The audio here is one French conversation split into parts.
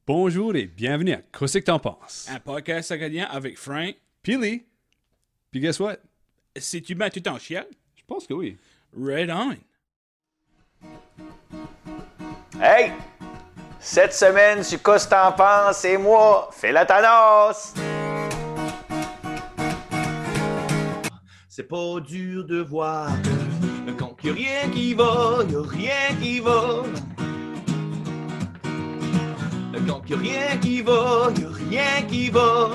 Bonjour et bienvenue à Qu'est-ce que t'en penses? Un podcast acadien avec Frank. Puis Lee. Puis guess what? Si tu mets tout en chial, Je pense que oui. right on. Hey! Cette semaine, sur Qu'est-ce que t'en penses, c'est moi, Phil Thanos! C'est pas dur de voir que quand y'a rien qui va, y'a rien qui va. Quand y'a rien qui va, y'a rien qui va.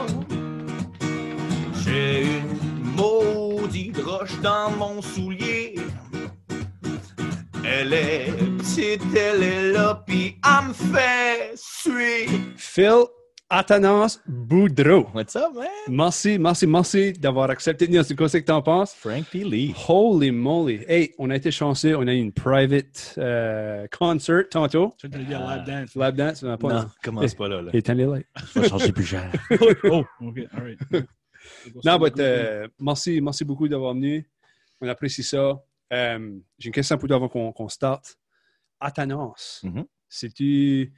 J'ai une maudite roche dans mon soulier. Elle est petite, elle est là, pis elle me fait suer. Phil Athanas Boudreau. What's up, man? Merci d'avoir accepté de venir sur Qu'est-ce que t'en penses? Frank P. Lee. Holy moly. Hey, on a été chanceux. On a eu une private concert tantôt. Tu vas te dire lap dance. Lap dance, mais pas. Non, commence pas là. Il est allé là. Je vais changer plus cher. Oh, ok, alright. Non, mais merci beaucoup d'avoir venu. On apprécie ça. J'ai une question pour toi avant qu'on starte. Athanas, c'est-tu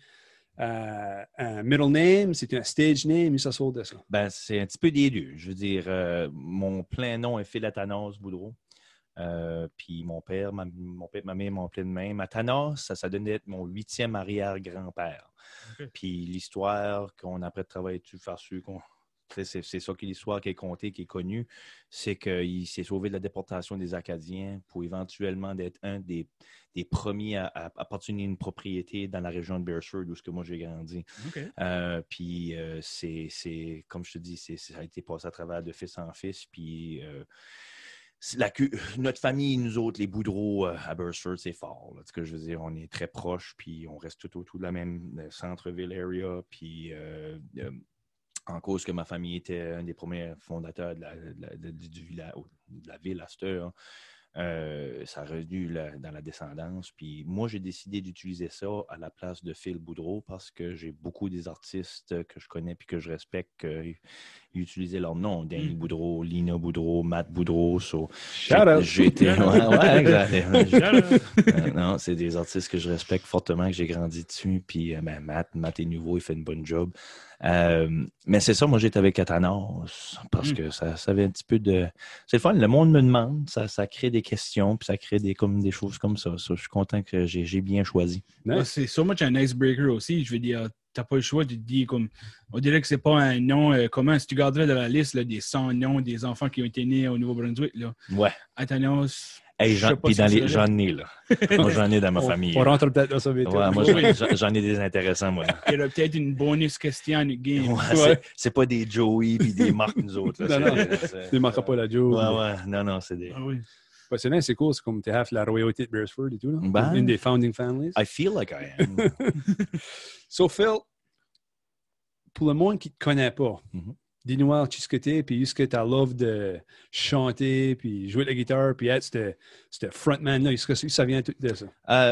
un middle name? C'est-tu un stage name? Ça sort de ça? Ben, c'est un petit peu des deux. Je veux dire, mon plein nom est Phil Athanas Boudreau. Puis mon père, ma mère, mon plein de même. Athanas, ça donnait être mon 8e arrière-grand-père. Okay. Puis l'histoire qu'on a après travaillé dessus, faire sûr qu'on... C'est ça qui est l'histoire qui est contée, qui est connue, c'est qu'il s'est sauvé de la déportation des Acadiens pour éventuellement d'être un des premiers à obtenir une propriété dans la région de Beresford, où moi j'ai grandi. Okay. Puis c'est, comme je te dis, ça a été passé à travers de fils en fils. Puis notre famille, nous autres, les Boudreaux à Beresford, c'est fort. Là. Ce que je veux dire, on est très proches, puis on reste tout autour de la même centre-ville area. Puis en cause que ma famille était un des premiers fondateurs du village, de la ville à cette heure, ça a revenu dans la descendance. Puis moi, j'ai décidé d'utiliser ça à la place de Phil Boudreau parce que j'ai beaucoup des artistes que je connais et que je respecte qui utilisaient leur nom. Danny Boudreau, Lina Boudreau, Matt Boudreau. So, Shout out! j'ai été... ouais, exact. Non, c'est des artistes que je respecte fortement, que j'ai grandi dessus. Puis Matt est nouveau, il fait une bonne job. Mais c'est ça, moi j'étais avec Athanas parce que ça avait un petit peu de... C'est le fun, le monde me demande, ça crée des questions, puis ça crée des choses comme ça. Je suis content que j'ai bien choisi. Ouais, c'est so much un icebreaker aussi. Je veux dire, t'as pas le choix, tu te dis comme... On dirait que c'est pas un nom commun. Si tu garderais dans la liste là, des 100 noms des enfants qui ont été nés au Nouveau-Brunswick, là, Ouais. Athanas... Hey, j'en ai, là. Moi, j'en ai dans ma famille. On rentre peut-être dans ça vite. Ouais, moi, j'en ai des intéressants, moi. Il y aurait peut-être une bonus question à notre game. Ouais, c'est pas des Joey puis des Marc, nous autres. Là. Non. Tu ne manqueras pas la Joe. Ouais. Non, c'est des... Ah oui. C'est cool. C'est comme tu as la royauté de Beresford et tout. Là. Ben, une des founding families. I feel like I am. So, Phil, pour le monde qui ne te connaît pas, dis-nous qui ce que tu es, puis est-ce que tu as love de chanter, puis jouer de la guitare, puis être ce frontman-là. Est-ce que ça vient tout de ça?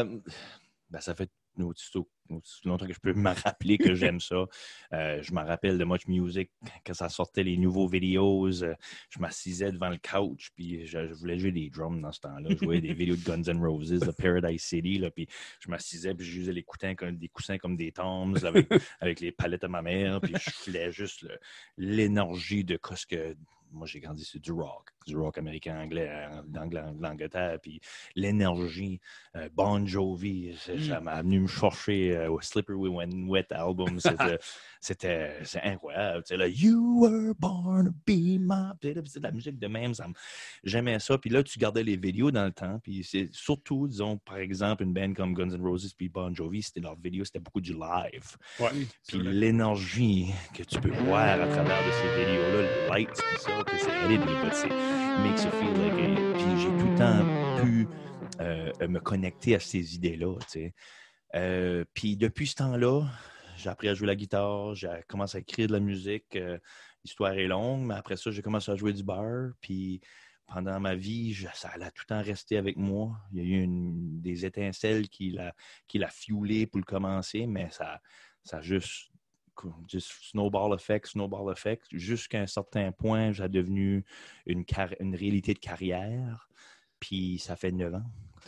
Ça fait aussi longtemps que je peux me rappeler que j'aime ça. Je me rappelle de Much Music, quand ça sortait les nouveaux vidéos, je m'assisais devant le couch, puis je voulais jouer des drums dans ce temps-là. Je jouais des vidéos de Guns N' Roses, de Paradise City, là, puis je m'assisais, puis je usais les coussins comme des Toms avec les palettes de ma mère, puis je filais juste l'énergie de ce que... Moi, j'ai grandi sur du rock américain, anglais, d'Angleterre, puis l'énergie, Bon Jovi, ça m'a venu me chercher au Slippery When Wet album, c'est incroyable. Tu sais, là, You were born to be my... C'est de la musique de même, j'aimais ça. Puis là, tu gardais les vidéos dans le temps, puis c'est surtout, disons, par exemple, une band comme Guns N' Roses puis Bon Jovi, leurs vidéos, c'était beaucoup du live. Ouais. Puis l'énergie que tu peux voir à travers de ces vidéos-là, le light, puis ça, puis c'est edited, but c'est makes you feel like puis j'ai tout le temps pu me connecter à ces idées-là, tu sais. Puis depuis ce temps-là, j'ai appris à jouer la guitare, j'ai commencé à écrire de la musique. L'histoire est longue, mais après ça, j'ai commencé à jouer du bar, puis pendant ma vie, ça allait tout le temps rester avec moi. Il y a eu des étincelles qui l'a fuelé pour le commencer, mais ça a juste snowball effect, jusqu'à un certain point, j'ai devenu une réalité de carrière. Puis ça fait 9 ans.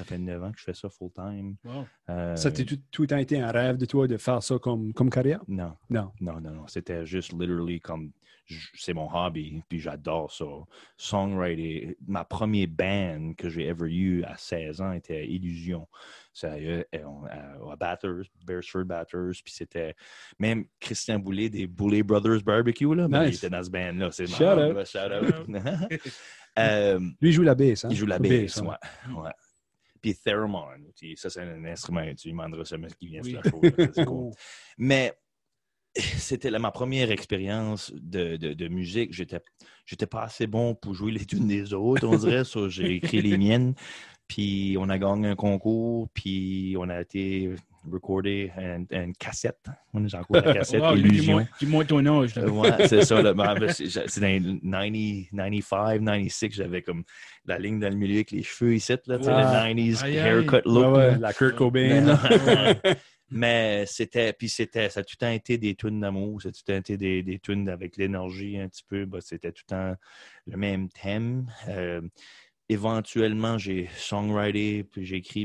Ça fait 9 ans que je fais ça full-time. Wow. Ça a tout le temps été un rêve de toi de faire ça comme carrière? Non. C'était juste literally comme c'est mon hobby, puis j'adore ça. Songwriting, ma première band que j'ai ever eue à 16 ans était Illusion. À Bathurst, Beresford Bathurst, puis c'était même Christian Boulay des Boulay Brothers Barbecue, là, mais il était dans ce band-là. C'est Shout out. Lui, il joue la bass, hein? Il joue la bass, ouais. Puis Theremin, ça c'est un instrument, tu lui demanderas jamais ce qui vient sur la chose. C'est cool. Mais c'était ma première expérience de musique. J'étais pas assez bon pour jouer les tunes des autres, on dirait. So, j'ai écrit les miennes. Puis on a gagné un concours. Puis on a été recordé une cassette. J'ai encore la cassette Illusion. Dis-moi ton âge. Ouais, c'est ça. C'est dans les 90, 95, 96. J'avais comme la ligne dans le milieu avec les cheveux ici. Là, le 90s haircut look. Ouais, la Kurt Cobain. Mais ça a tout le temps été des tunes d'amour, ça a tout le temps été des tunes avec l'énergie un petit peu. C'était tout le temps le même thème. Éventuellement, j'ai songwrité, puis j'ai écrit.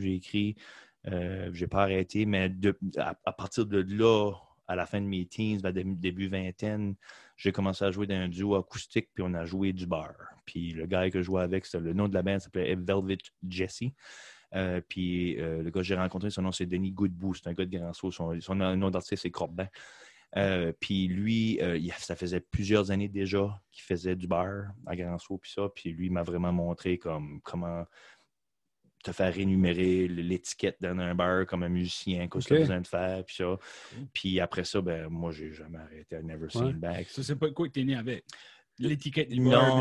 J'ai pas arrêté, mais à partir de là, à la fin de mes teens, début vingtaine, j'ai commencé à jouer dans un duo acoustique, puis on a joué du bar. Puis le gars que je jouais avec, le nom de la bande s'appelait Velvet Jesse. Puis le gars que j'ai rencontré, son nom c'est Denis Godbout, c'est un gars de Grand-Sault, son nom d'artiste c'est Corbin. Puis lui, ça faisait plusieurs années déjà qu'il faisait du bar à Grand-Sault, puis lui m'a vraiment montré comment te faire énumérer l'étiquette dans un bar comme un musicien, qu'est-ce que tu as besoin de faire, puis ça. Puis après ça, moi j'ai jamais arrêté, I never seen back. Ça, c'est pas quoi que t'es né avec? L'étiquette du non.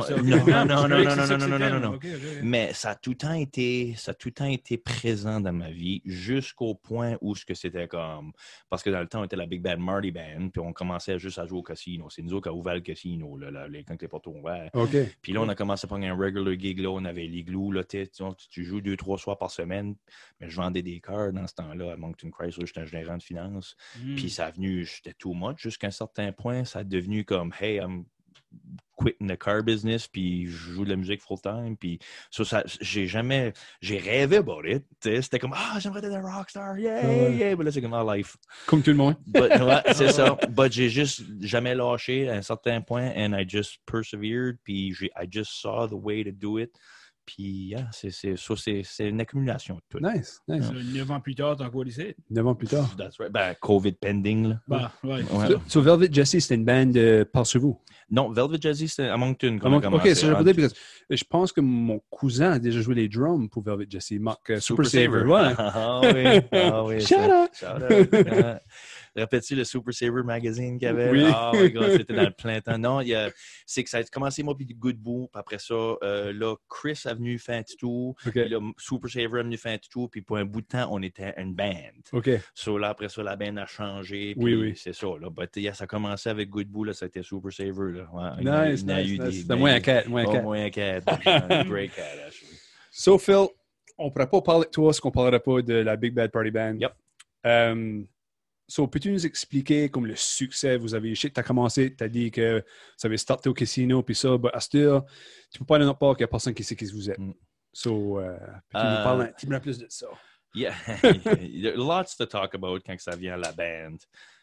Okay. Mais ça a tout le temps été présent dans ma vie jusqu'au point où c'était comme... Parce que dans le temps, on était la Big Bad Marty Band, puis on commençait juste à jouer au casino. C'est nous autres qui avons ouvert le casino, quand les portes ont ouvert. Okay. Puis là, on a commencé à prendre un regular gig, là, on avait l'igloo, là, tu joues 2-3 soirs par semaine, mais je vendais des cars dans ce temps-là à Moncton Chrysler, j'étais un gérant de finances. Puis ça a venu, j'étais too much jusqu'à un certain point, ça a devenu comme, hey, I'm quitting the car business, puis je joue de la musique full-time, puis ça, j'ai rêvé about it, c'était comme, j'aimerais être un rockstar, yeah, mais là, c'est comme, life. Comme tout le monde. C'est ça, but j'ai juste jamais lâché à un certain point, and I just persevered, puis I just saw the way to do it, puis c'est une accumulation de tout. Nice. 9 ans plus tard, t'es encore ici. 9 ans plus tard. That's right. COVID pending, là. Ouais. So, Velvet Jesse, c'était une band par sur vous? Non, Velvet Jesse, c'était à Moncton. OK, ça, je dire, je pense que mon cousin a déjà joué les drums pour Velvet Jesse, Mark Super Saver. Ouais. Ah oui. Shout out! Répètes-tu le Super Saver magazine qu'il y avait? Oui. My God, c'était dans le plein temps. Non, c'est que ça a commencé, moi, puis Godbout. Puis après ça, là, Chris est venu faire un petit tour. Okay. Puis là, Super Saver est venu faire un petit tour. Puis pour un bout de temps, on était une band. OK. So là, après ça, la band a changé. Puis Oui. c'est ça. Là. But, ça a commencé avec Godbout. Là, ça a été Super Saver. Là. Ouais, nice. C'était moins un 4. Moins un 4. Great 4, actually. So, Phil, on ne pourrait pas parler de toi si on ne parlerait pas de la Big Bad Party Band. Yep. So, peux-tu nous expliquer comme le succès vous avez eu? Je sais que tu as commencé, tu as dit que vous avez starté au casino, puis ça, à cette heure, tu ne peux pas aller dans part qu'il n'y a personne qui sait qui vous êtes. So, peux-tu nous parler un petit peu plus de ça? Yeah, lots to talk about quand ça vient à la band.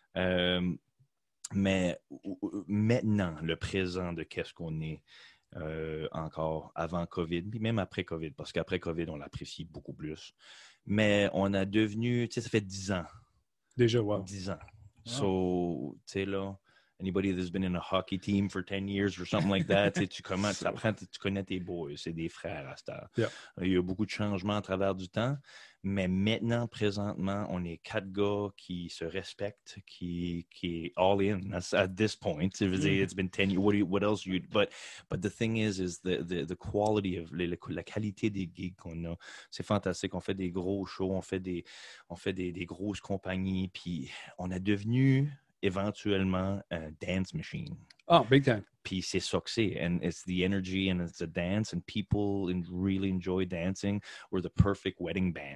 Mais maintenant, le présent de qu'est-ce qu'on est encore avant COVID, puis même après COVID, parce qu'après COVID, on l'apprécie beaucoup plus. Mais on a devenu, tu sais, ça fait 10 ans. Déjà, wow. 10 ans. Wow. So, tu sais, là, anybody that's been in a hockey team for 10 years or something like that, tu connais tes boys, c'est des frères à cette heure. Yeah. Il y a beaucoup de changements à travers du temps, mais maintenant, présentement, on est 4 gars qui se respectent, qui est all in at this point. Je veux dire, it's been 10 years. What else you... But the thing is the quality of la qualité des gigs qu'on a. C'est fantastique. On fait des gros shows, on fait des grosses compagnies, puis on a devenu éventuellement un dance machine. Oh, big time. Puis c'est ça que c'est. And it's the energy and it's the dance and people really enjoy dancing. We're the perfect wedding band.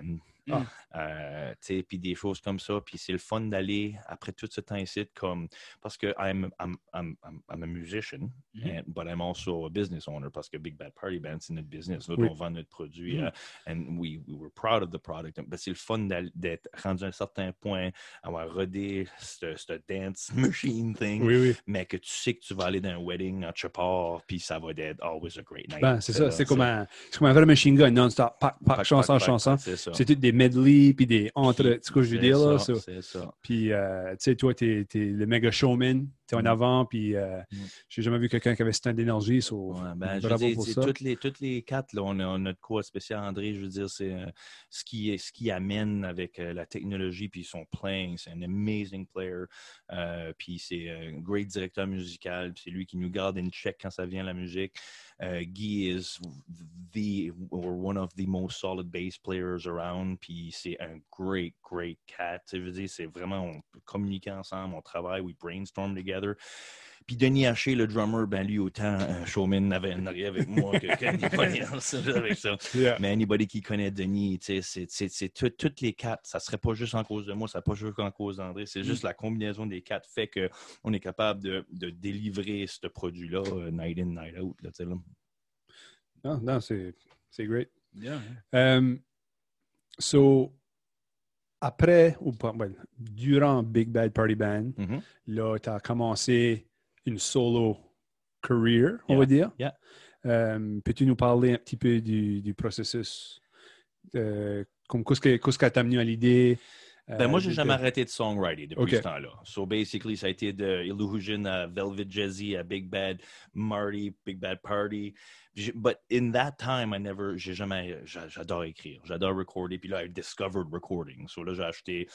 Puis des choses comme ça. Puis c'est le fun d'aller, après tout ce temps ici, comme, parce que I'm a musician, but I'm also a business owner, parce que Big Bad Party Band, c'est notre business. Nous, on vend notre produit, and we were proud of the product. Ben, c'est le fun d'être rendu à un certain point, avoir rodé ce dance machine thing, mais que tu sais que tu vas aller dans un wedding en Chapar, puis ça va être always a great night. Ben, c'est ça, c'est comme un vrai machine gun non-stop, pack, chanson. C'est tout des medley, puis des entre, tu sais quoi je veux dire, là. C'est ça. Puis, tu sais, toi, t'es le méga showman, t'es en avant, puis j'ai jamais vu quelqu'un qui avait ce temps d'énergie, bravo pour ça. Toutes les quatre, là, on a notre coach spécial, André, je veux dire, c'est ce qui amène avec la technologie, puis son playing, c'est un amazing player, puis c'est un great directeur musical, puis c'est lui qui nous garde in check quand ça vient à la musique. Guy is one of the most solid bass players around, puis c'est un great cat. Je veux dire, c'est vraiment, on peut communiquer ensemble, on travaille, we brainstorm together. Puis Denis Haché, le drummer, ben lui, autant showman avait un arrière avec moi qu'anybody else avec ça. Yeah. Mais anybody qui connaît Denis, c'est toutes les quatre. Ça serait pas juste en cause de moi, ça serait pas juste en cause d'André. C'est juste la combinaison des quatre fait qu'on est capable de délivrer ce produit-là, night in, night out. Là. Non, c'est great. Yeah. So, après, durant Big Bad Party Band, là, tu as commencé une solo career, on va dire. Yeah. Peux-tu nous parler un petit peu du processus? Comme qu'est-ce qui t'a amené à l'idée? Moi, j'ai jamais arrêté de songwriting depuis ce temps-là. So, basically, ça a été de Illusion à Velvet Jazzy à Big Bad Marty, Big Bad Party. But in that time, j'adore écrire, j'adore recorder. Puis là, I discovered recording. So là, j'ai acheté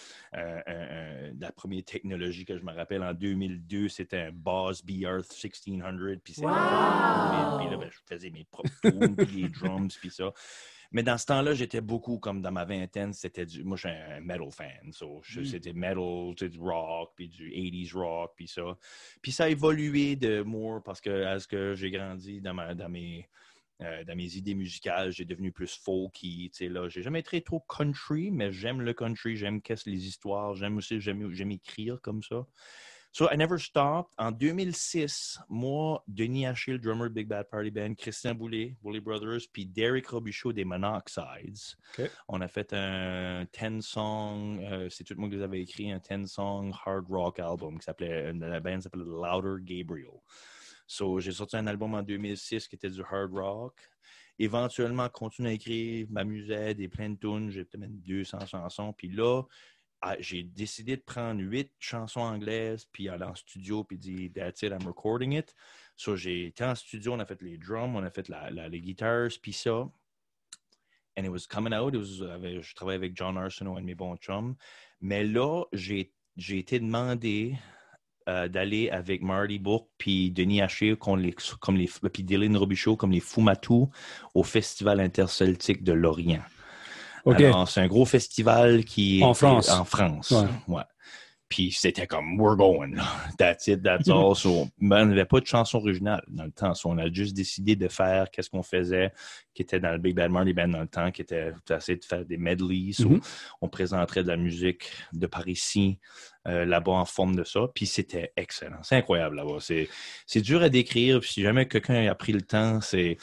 la première technologie que je me rappelle en 2002, c'était un Boss B-Earth 1600. Puis c'était puis là, je faisais mes propres tunes, puis les drums, puis ça. Mais dans ce temps-là, j'étais beaucoup comme dans ma vingtaine, moi, je suis un metal fan. So, c'était metal, du rock, puis du 80s rock, puis ça. Puis ça a évolué de more parce que, as que j'ai grandi dans mes idées musicales, j'ai devenu plus folky. Tu sais, là, j'ai jamais été trop country, mais j'aime le country, j'aime les histoires, j'aime écrire comme ça. So, I never stopped. En 2006, moi, Denis Haché, le drummer de Big Bad Party Band, Christian Boulay Brothers, puis Derek Robichaud des Monoxides. Okay. On a fait un 10-song, c'est tout le monde qui les avait écrit, un 10-song hard rock album qui s'appelait, la band s'appelait Louder Gabriel. So, j'ai sorti un album en 2006 qui était du hard rock. Éventuellement, continué à écrire, m'amusais, des plein de tunes, j'ai peut-être même 200 chansons. Puis là, j'ai décidé de prendre 8 chansons anglaises, puis aller en studio, puis dire « That's it, I'm recording it ». So, j'ai été en studio, on a fait les drums, on a fait les guitares, puis ça. And it was coming out. Je travaillais avec John Arsenault, un de mes bons chums. Mais là, j'ai été demandé d'aller avec Marty Bourque puis Denis Haché, puis Dylan Robichaud, comme les Fumatu, au Festival interceltique de Lorient. Okay. Alors, c'est un gros festival qui en France. En France, ouais. Puis c'était comme, we're going. That's it, that's all. So, on n'avait pas de chanson originale dans le temps. So, on a juste décidé de faire qu'est-ce qu'on faisait, qui était dans le Big Bad Marty Band dans le temps, qui était d'essayer de faire des medleys. So, on présenterait de la musique de par ici, là-bas en forme de ça. Puis c'était excellent. C'est incroyable là-bas. C'est dur à décrire. Puis si jamais quelqu'un a pris le temps,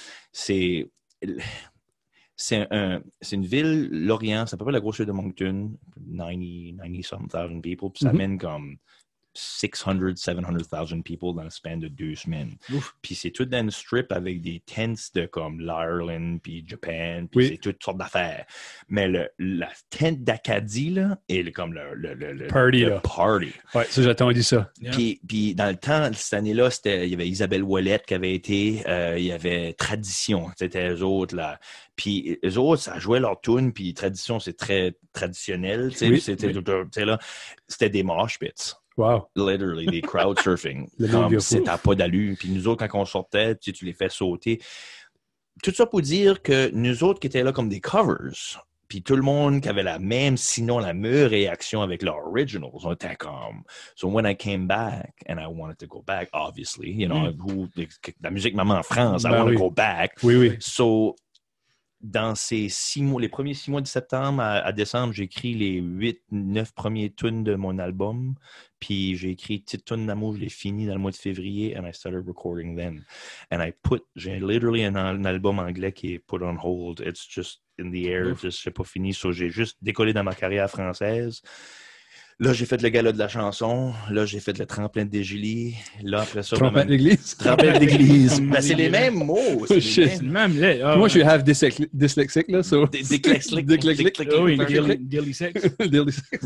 c'est une ville, Lorient, c'est à peu près la grosseur de Moncton, 90,000 people, puis ça mène comme 600,000, 700,000 people dans le span de 2 semaines. Puis c'est tout dans une strip avec des tents de comme l'Ireland, puis Japan, puis c'est toutes sortes d'affaires. Mais la tente d'Acadie, là, est comme le party. Party. Ouais, ça, j'ai entendu ça. Yeah. Puis dans le temps, cette année-là, il y avait Isabelle Ouellette qui avait été, il y avait Tradition, c'était eux autres, là. Puis eux autres, ça jouait leur tune, puis Tradition, c'est très traditionnel, tu sais, c'était des mosh pits. Wow. Literally, des crowd surfing. C'était pas d'allure. Puis nous autres, quand on sortait, tu les fais sauter. Tout ça pour dire que nous autres qui étaient là comme des covers, puis tout le monde qui avait la même, sinon la meilleure réaction avec leurs originals, on était comme... So when I came back, and I wanted to go back, obviously, you know, la musique maman en France, I want to go back. Oui. So... dans ces 6 mois, les premiers 6 mois de septembre à décembre, j'ai écrit les 8-9 premiers tunes de mon album. Puis j'ai écrit Petite tune d'amour, je l'ai fini dans le mois de février, and I started recording then. And j'ai literally un album anglais qui est put on hold. It's just in the air, c'est pas fini. So j'ai juste décollé dans ma carrière française. Là, j'ai fait le gala de la chanson. Là, j'ai fait le tremplin de Dégélie. Là, après ça... Tremplin d'église. Tremplin d'église. Ben, c'est les mêmes mots. C'est le même. Moi, je suis half dyslexique, là. So. Dyslexique. Oh oui, daily sex. Daily sex.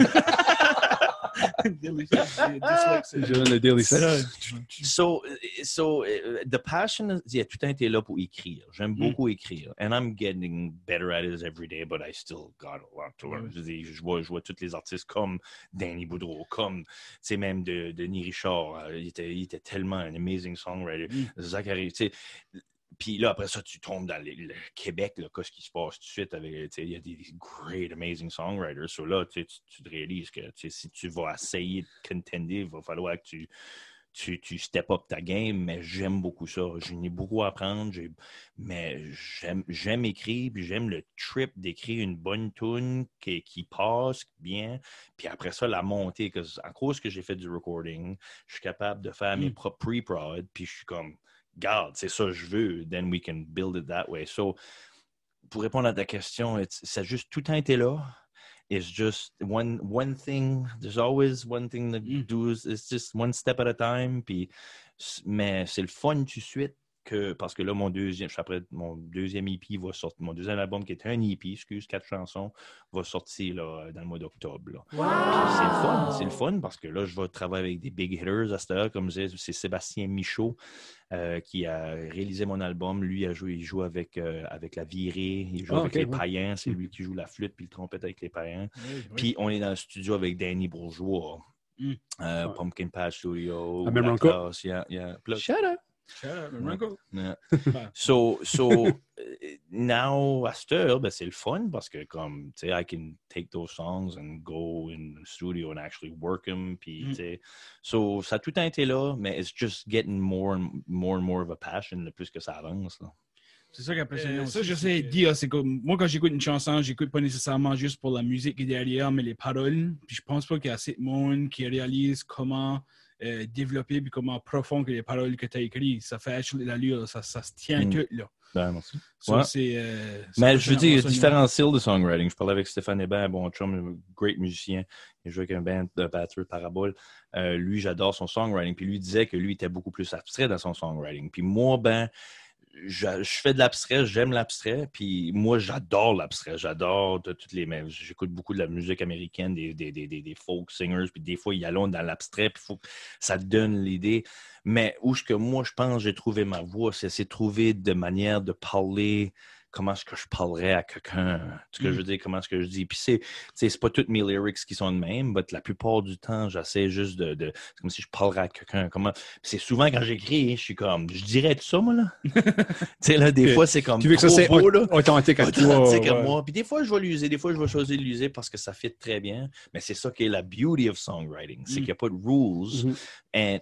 Daily sex. Je donne le daily sex. So, the passion, tout a été là pour écrire. J'aime beaucoup écrire. And I'm getting better at it every day, but I still got a lot to learn. Je vois tous les artistes comme Danny Boudreau, comme même de Denis Richard. Il était tellement un amazing songwriter. Zachary, tu sais. Puis là, après ça, tu tombes dans le Québec, là, qu'est-ce qui se passe tout de suite avec, il y a des great, amazing songwriters. So là, tu te réalises que si tu vas essayer de contender, il va falloir que tu step up ta game, mais j'aime beaucoup ça. J'en ai beaucoup à apprendre, mais j'aime écrire, puis j'aime le trip d'écrire une bonne tune qui passe bien, puis après ça, la montée. À cause que j'ai fait du recording, je suis capable de faire mes propres pre-prod, puis je suis comme... Garde, c'est ça que je veux, then we can build it that way. So, pour répondre à ta question, ça a juste tout le temps été là. It's just one thing, there's always one thing to do, it's just one step at a time. Mais c'est le fun tout de suite, parce que là, mon deuxième EP va sortir, mon deuxième album qui est un EP, 4 chansons, va sortir là, dans le mois d'octobre. Wow! C'est le fun parce que là, je vais travailler avec des big hitters à cette heure, comme c'est Sébastien Michaud qui a réalisé mon album. Lui, il joue avec la Virée, il joue avec les Païens, c'est lui qui joue la flûte puis le trompette avec les Païens. Puis on est dans le studio avec Danny Bourgeois, Pumpkin Patch Studio, Black House, Shut up! Yeah. So now, à cette heure, c'est le fun parce que comme, tu sais, I can take those songs and go in the studio and actually work them. Puis, tu sais, so ça a tout le temps été là, mais it's just getting more and more of a passion le plus que ça avance. Là. C'est ça qu'impressionne. Ça, je sais dire, c'est comme moi, quand j'écoute une chanson, j'écoute pas nécessairement juste pour la musique qui est derrière, mais les paroles. Puis je pense pas qu'il y a assez de monde qui réalise comment développer puis comment profond que les paroles que tu as écrites. Ça fait actually l'allure, ça se tient tout là. Ben, merci. Ça, mais je veux dire, il y a différents styles de songwriting. Je parlais avec Stéphane Hébert, bon chum, un great musicien. Il joue avec un band de batteur Parabole. Lui, j'adore son songwriting. Puis lui disait que lui était beaucoup plus abstrait dans son songwriting. Puis moi, je fais de l'abstrait, j'aime l'abstrait, puis moi, j'adore l'abstrait, j'adore de toutes les... J'écoute beaucoup de la musique américaine, des folk singers, puis des fois, ils allons dans l'abstrait, puis il faut que ça donne l'idée. Mais où est-ce que moi, je pense j'ai trouvé ma voix, c'est trouver de manière de parler... Comment est-ce que je parlerais à quelqu'un? Ce que je veux dire, comment est-ce que je dis? Puis c'est pas toutes mes lyrics qui sont de même, mais la plupart du temps, j'essaie juste de c'est comme si je parlerais à quelqu'un. C'est souvent quand j'écris, je suis comme, je dirais tout ça, moi, là. Tu sais, là, des fois, c'est comme tu veux que ça c'est authentique à toi. Authentique à moi. Puis des fois, je vais l'user. Des fois, je vais choisir de l'user parce que ça fit très bien. Mais c'est ça qui est la beauty of songwriting. C'est qu'il n'y a pas de rules. And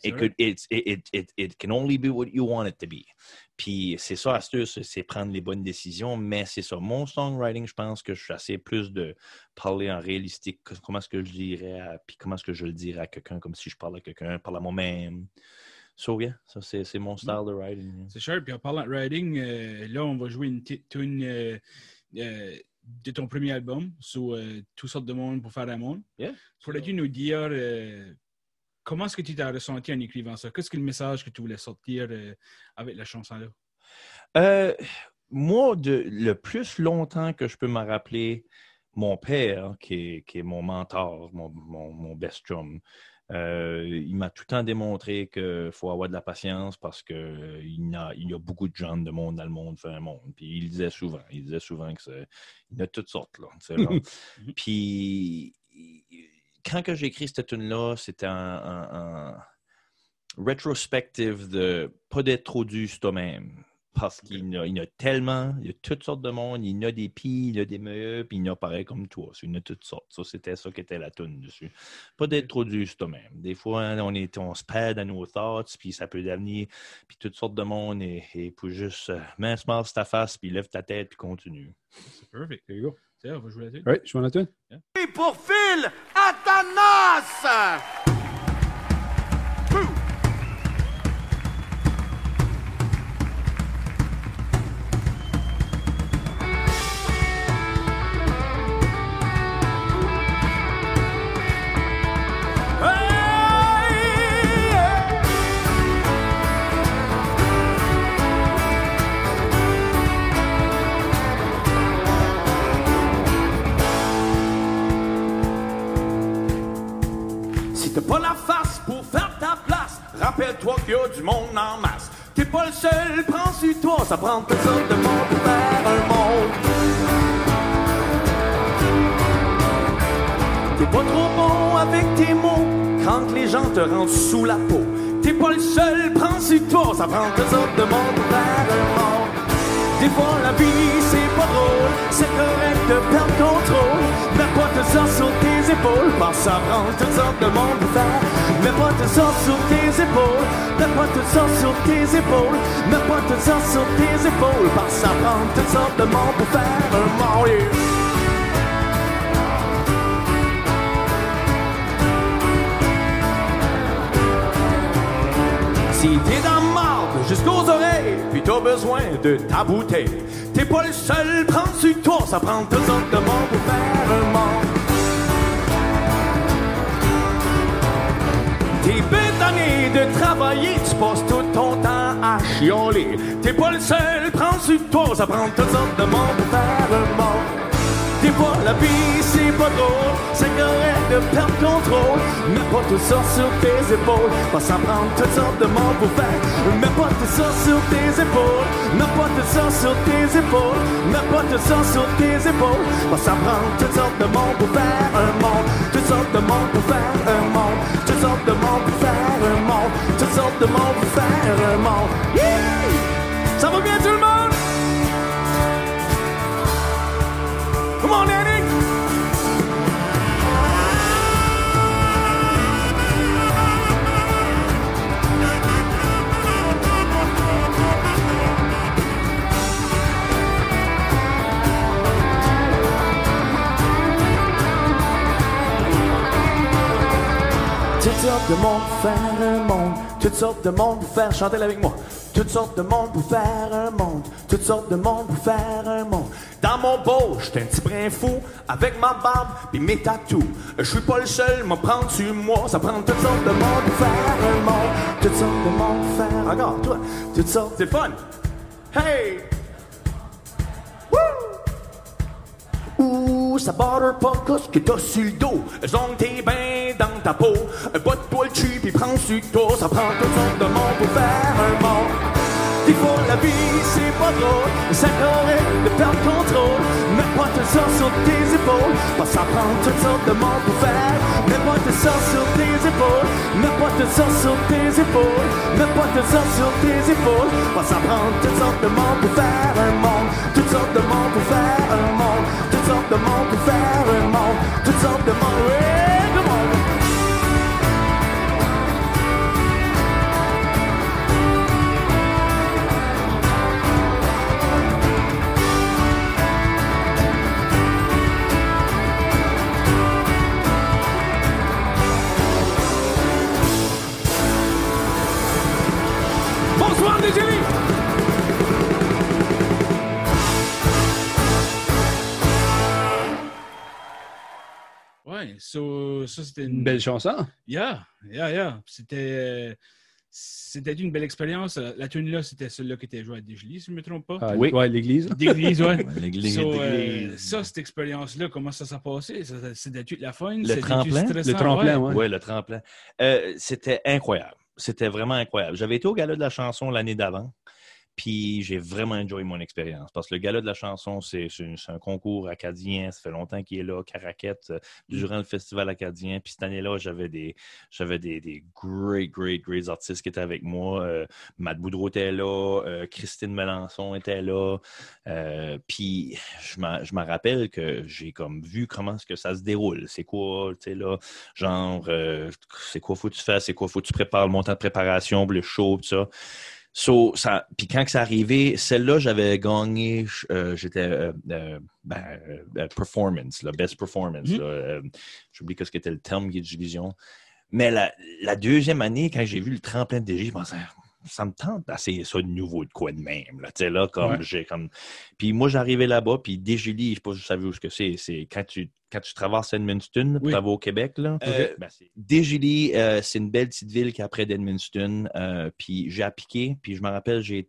it can only be what you want it to be. Puis c'est ça, astuce, c'est prendre les bonnes décisions, mais c'est ça. Mon songwriting, je pense que je suis assez plus de parler en réalistique, comment est-ce que je dirais, puis comment est-ce que je le dirais à quelqu'un, comme si je parlais à quelqu'un, parle à moi-même. So, yeah, ça, c'est mon style de writing. C'est sûr, puis en parlant de writing, là, on va jouer une petite tune de ton premier album, sur Toutes sortes de monde pour faire un monde. Yeah. Pourrais-tu nous dire... comment est-ce que tu t'as ressenti en écrivant ça? Qu'est-ce que le message que tu voulais sortir avec la chanson-là? Moi, le plus longtemps que je peux me rappeler, mon père, qui est mon mentor, mon best chum, il m'a tout le temps démontré qu'il faut avoir de la patience parce qu'il y a beaucoup de gens de monde dans le monde, fait un monde. Puis il disait souvent qu'il y a toutes sortes. Là, puis... Quand j'ai écrit cette tune-là, c'était un rétrospective de pas d'être trop dur sur toi-même. Parce qu'il y en a tellement, il y a toutes sortes de monde, il y en a des pis, il y a des meilleurs, puis il y en a pareil comme toi. Il y en a toutes sortes. Ça, c'était ça qui était la toune dessus. Pas d'être trop dur toi-même. Des fois, on se perd dans nos thoughts, puis ça peut devenir, puis toutes sortes de monde, et pour juste mince-mince ta face, puis lève ta tête, puis continue. C'est perfect. There you go. Tiens, on va jouer la tune. Oui, je joue la tune. Et pour Phil Athanas! Si t'as pas la face pour faire ta place, rappelle-toi qu'il y a du monde en masse. T'es pas le seul, prends sur toi, ça prend toutes sortes de monde pour faire un monde. T'es pas trop bon avec tes mots, quand les gens te rentrent sous la peau. T'es pas le seul, prends sur toi, ça prend toutes sortes de monde pour faire un monde. Des fois la vie c'est pas drôle, c'est correct de perdre contrôle. Mets pas tout ça sur tes épaules, parce que ça prend toutes sortes de monde pour faire. Mets pas tout ça sur tes épaules, mets pas tout ça sur tes épaules. Mets pas tout ça sur tes épaules, parce que ça prend toutes sortes de monde pour faire un monde. Si t'es dans le marde jusqu'aux oreilles, puis t'as besoin de ta bouteille, t'es pas le seul, prends sur toi, ça prend toutes sortes de monde pour faire un monde. T'es bétonné de travailler, tu passes tout ton temps à chialer. T'es pas le seul, prends sur toi, ça prend toutes sortes de monde pour faire un monde. Des fois la vie c'est pas drôle, c'est correct de perdre contrôle. Mets pas tout ça sur tes épaules, parce que ça prend toutes sortes de monde pour faire. Mets pas tout ça sur tes épaules, mets pas tout ça sur tes épaules. Mets pas tout ça sur tes épaules, parce que ça prend toutes sortes de monde pour faire un monde. Toutes sortes de monde pour faire un monde. Toutes sortes de monde pour faire un monde. Toutes sortes de monde pour faire un monde. Yeah! Ça va bien tout le monde? Come on, Danny! Toutes sortes de monde pour faire un monde. Toutes sortes de monde pour faire, chantez-le avec moi. Toutes sortes de monde pour faire un monde. Toutes sortes de monde pour faire un monde. Dans mon beau, j'étais un petit brin fou, avec ma barbe pis mes tatous. Je suis pas le seul, m'en prendre sur moi. Ça prend toutes sortes de monde pour faire un monde. Toutes sortes de monde pour faire. Regarde, toi, toutes sortes, c'est fun. Hey! Woo! Ouh, ça barre pas qu'est-ce que t'as sur le dos. Zone tes bains dans ta peau. Un bas de poil dessus pis prends sur toi. Ça prend toutes sortes de monde pour faire un monde. Des fois la vie c'est pas drôle, c'est correct de perdre contrôle. Mets pas tout ça sur tes épaules, parce que ça prend toutes sortes de monde pour faire. Mets pas tout ça sur tes épaules, mets pas tout ça sur tes épaules. Mets pas tout ça sur tes épaules, parce que ça prend toutes sortes de monde pour faire un monde. Toutes sortes de monde pour faire un monde. Toutes sortes de monde pour faire un monde. Toutes sortes de monde, ouais, come on. Bonsoir, Dégélie! Ouais, ça c'était Une belle chanson. Yeah. C'était une belle expérience. La tune là, c'était celle-là qui était jouée à Dégélie, si je ne me trompe pas. Ah, oui, ouais, l'église. D'église, ouais. L'église. Ça, cette expérience-là, comment ça s'est passé? C'était la fun? Le tremplin? Le tremplin, ouais. Oui, le tremplin. C'était incroyable. C'était vraiment incroyable. J'avais été au gala de la chanson l'année d'avant. Puis j'ai vraiment enjoyé mon expérience. Parce que le gala de la chanson, c'est un concours acadien. Ça fait longtemps qu'il est là, Caraquette, durant le festival acadien. Puis cette année-là, j'avais des great artistes qui étaient avec moi. Matt Boudreau était là, Christine Melançon était là. Puis je me rappelle que j'ai comme vu comment est-ce que ça se déroule. C'est quoi, tu sais, là, genre, c'est quoi faut que tu fasses, c'est quoi faut que tu prépares, le montant de préparation, le show, tout ça. Puis quand c'est arrivé, celle-là, j'avais gagné, j'étais performance, la best performance. J'oublie ce qu'était le terme qui est d'utilisation. Mais la deuxième année, quand j'ai vu le tremplin de DJ, je pensais, ça me tente d'essayer ça de nouveau, de quoi de même. Là, là, comme, Puis moi, j'arrivais là-bas, puis DJLI, je ne sais pas si vous savez où c'est quand tu traverses Edmundston, pour aller au Québec, là, DJLI, c'est une belle petite ville qui est près d'Edmundston. Puis j'ai appliqué, puis je me rappelle, j'ai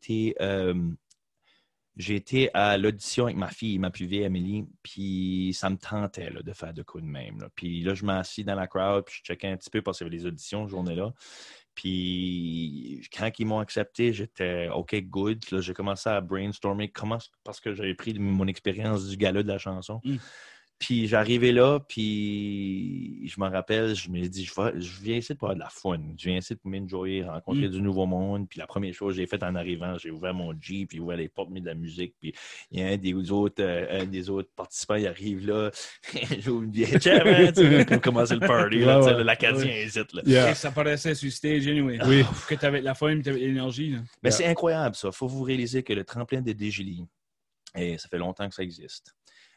été à l'audition avec ma fille, ma plus vieille Amélie, puis ça me tentait là, de faire de quoi de même. Là. Puis là, je m'assis dans la crowd, puis je checkais un petit peu parce qu'il y avait les auditions, ce journée-là. Puis quand ils m'ont accepté, j'étais OK, good. Là, j'ai commencé à brainstormer parce que j'avais pris mon expérience du gala de la chanson. Puis j'arrivais là, puis je me rappelle, je me dis, je viens ici pour avoir de la fun. Je viens ici pour m'enjoyer, rencontrer du nouveau monde. Puis la première chose que j'ai faite en arrivant, j'ai ouvert mon Jeep, puis ouvert les portes, mis de la musique. Puis il y a un des autres participants, il arrive là. J'ouvre une vieille chair, pour commencer le party. Là, l'Acadien hésite. Et ça paraissait sur stage, anyway. Oui. Que tu avais de la fun, tu avais de l'énergie. Mais c'est incroyable, ça. Il faut vous réaliser que le tremplin de DJLI, et ça fait longtemps que ça existe.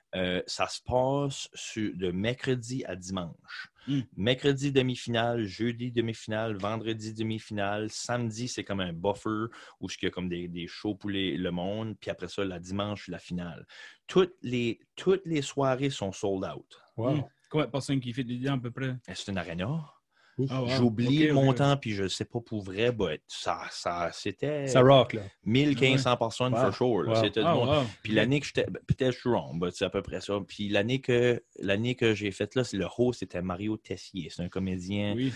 Ça se passe de mercredi à dimanche. Mercredi, demi-finale, jeudi, demi-finale, vendredi, demi-finale, samedi, c'est comme un buffer où il y a comme des shows pour le monde, puis après ça, la dimanche, la finale. Toutes les soirées sont sold out. Wow. Combien de personnes qui fait dedans à peu près? C'est une arena. J'oublie le montant, puis je ne sais pas pour vrai, mais c'était... Ça rock, là. 1500 personnes for sure. Là. C'était du monde. Puis l'année que j'étais... Peut-être je suis wrong, mais c'est à peu près ça. Puis l'année que j'ai faite là, le host, c'était Mario Tessier. C'est un comédien. Oui.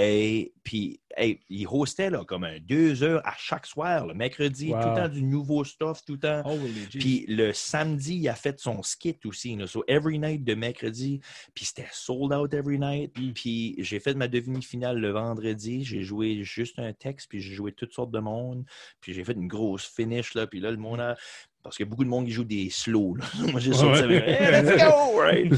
Et puis, il hostait là, comme 2 heures à chaque soir, le mercredi, tout le temps du nouveau stuff, tout le temps. Puis le samedi, il a fait son skit aussi. Là. So, every night de mercredi, puis c'était sold out every night. Puis j'ai fait ma demi-finale le vendredi. J'ai joué juste un texte, puis j'ai joué toutes sortes de monde. Puis j'ai fait une grosse finish, là. Puis là, le monde a... Parce qu'il y a beaucoup de monde qui joue des slows, là. Moi, j'ai ça, hey, let's go! Right?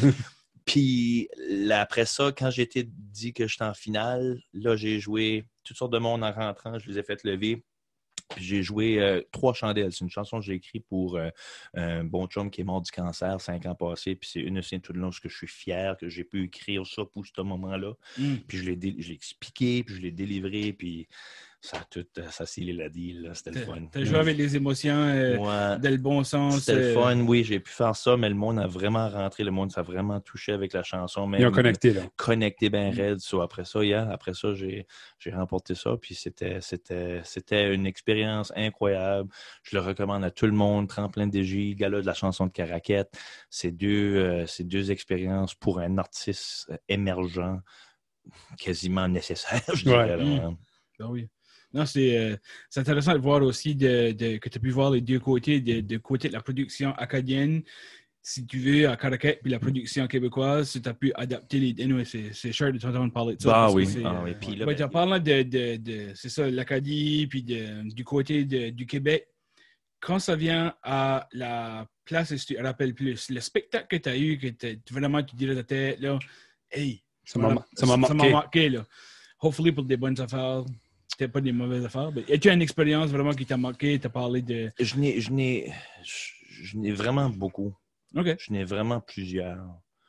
Puis après ça, quand j'ai été dit que j'étais en finale, là, j'ai joué toutes sortes de monde en rentrant. Je les ai fait lever. Puis j'ai joué 3 chandelles. C'est une chanson que j'ai écrite pour un bon chum qui est mort du cancer 5 ans passés. Puis c'est une de ces tout le long que je suis fier que j'ai pu écrire ça pour ce moment-là. Puis je l'ai expliqué, puis je l'ai délivré, puis ça a scellé la deal. Là. C'était le fun. Tu as joué avec les émotions dans le bon sens. C'était le fun, oui. J'ai pu faire ça, mais le monde a vraiment rentré. Le monde s'est vraiment touché avec la chanson. Même, ils ont connecté, là. Connecté bien raide. So, après ça, j'ai remporté ça. Puis c'était une expérience incroyable. Je le recommande à tout le monde. Tremplin de DJ, gala de la chanson de Caraquette. C'est deux expériences pour un artiste émergent quasiment nécessaire, je dirais. Ben oui. Non, c'est intéressant de voir aussi que tu as pu voir les deux côtés, de côté de la production acadienne, si tu veux, à Caraquette, puis la production québécoise, si tu as pu adapter les... Anyway, c'est cher de t'entendre parler de ça. Oui. Puis là, tu parles de c'est ça, l'Acadie, puis du côté du Québec. Quand ça vient à la place, si tu te rappelles plus, le spectacle que tu as eu, que vraiment tu dis dans ta tête, là, hey, ça m'a marqué, là. Hopefully pour des bonnes affaires. C'était pas des mauvaises affaires. As-tu une expérience vraiment qui t'a marqué? Tu as parlé de... Je n'ai vraiment beaucoup. Okay. Je n'ai vraiment plusieurs.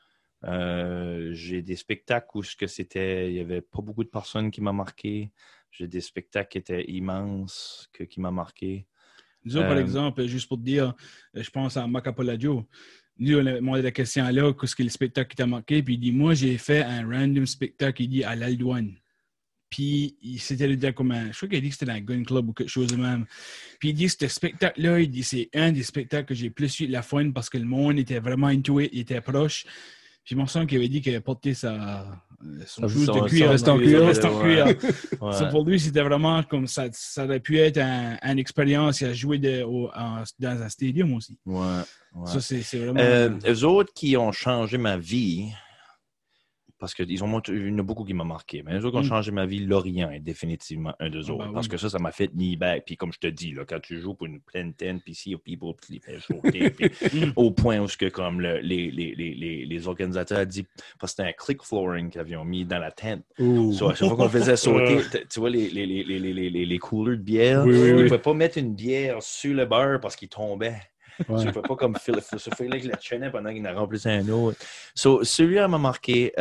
J'ai des spectacles où il n'y avait pas beaucoup de personnes qui m'ont marqué. J'ai des spectacles qui étaient immenses qui m'ont marqué. Nous autres, par exemple, juste pour te dire, je pense à Macapoladio. Nous, on a demandé la question là, qu'est-ce que le spectacle qui t'a marqué? Puis il dit, moi, j'ai fait un random spectacle, il dit, à l'Aldouane. Puis, c'était le dire comme je crois qu'il a dit que c'était dans un gun club ou quelque chose de même. Puis, il dit, ce spectacle-là, il dit, c'est un des spectacles que j'ai plus eu de la fun parce que le monde était vraiment into it, il était proche. Puis mon son qui avait dit qu'il avait porté son joue de cuir. Reste en cuir. Ouais. Pour lui, c'était vraiment comme ça. Ça aurait pu être une expérience. Il a joué dans un stadium aussi. Ouais. Ça, c'est vraiment... Eux autres qui ont changé ma vie, parce qu'il y en a beaucoup qui m'ont marqué, mais eux autres qui ont changé ma vie, Lorient est définitivement un d'eux autres. Parce que ça m'a fait knee back. Puis comme je te dis, là, quand tu joues pour une pleine tent, puis ici, people, tu les fais sauter. Puis, au point où que, comme les organisateurs disent, parce que c'était un click flooring qu'ils avaient mis dans la tente. So, à chaque fois qu'on faisait sauter, tu vois les couleurs de bière, oui. Ils ne pouvaient pas mettre une bière sur le beurre parce qu'ils tombaient. Ouais. Tu ne peux pas comme ce fil-là qui la chaînait pendant qu'il en remplissait un autre. So, celui-là m'a marqué.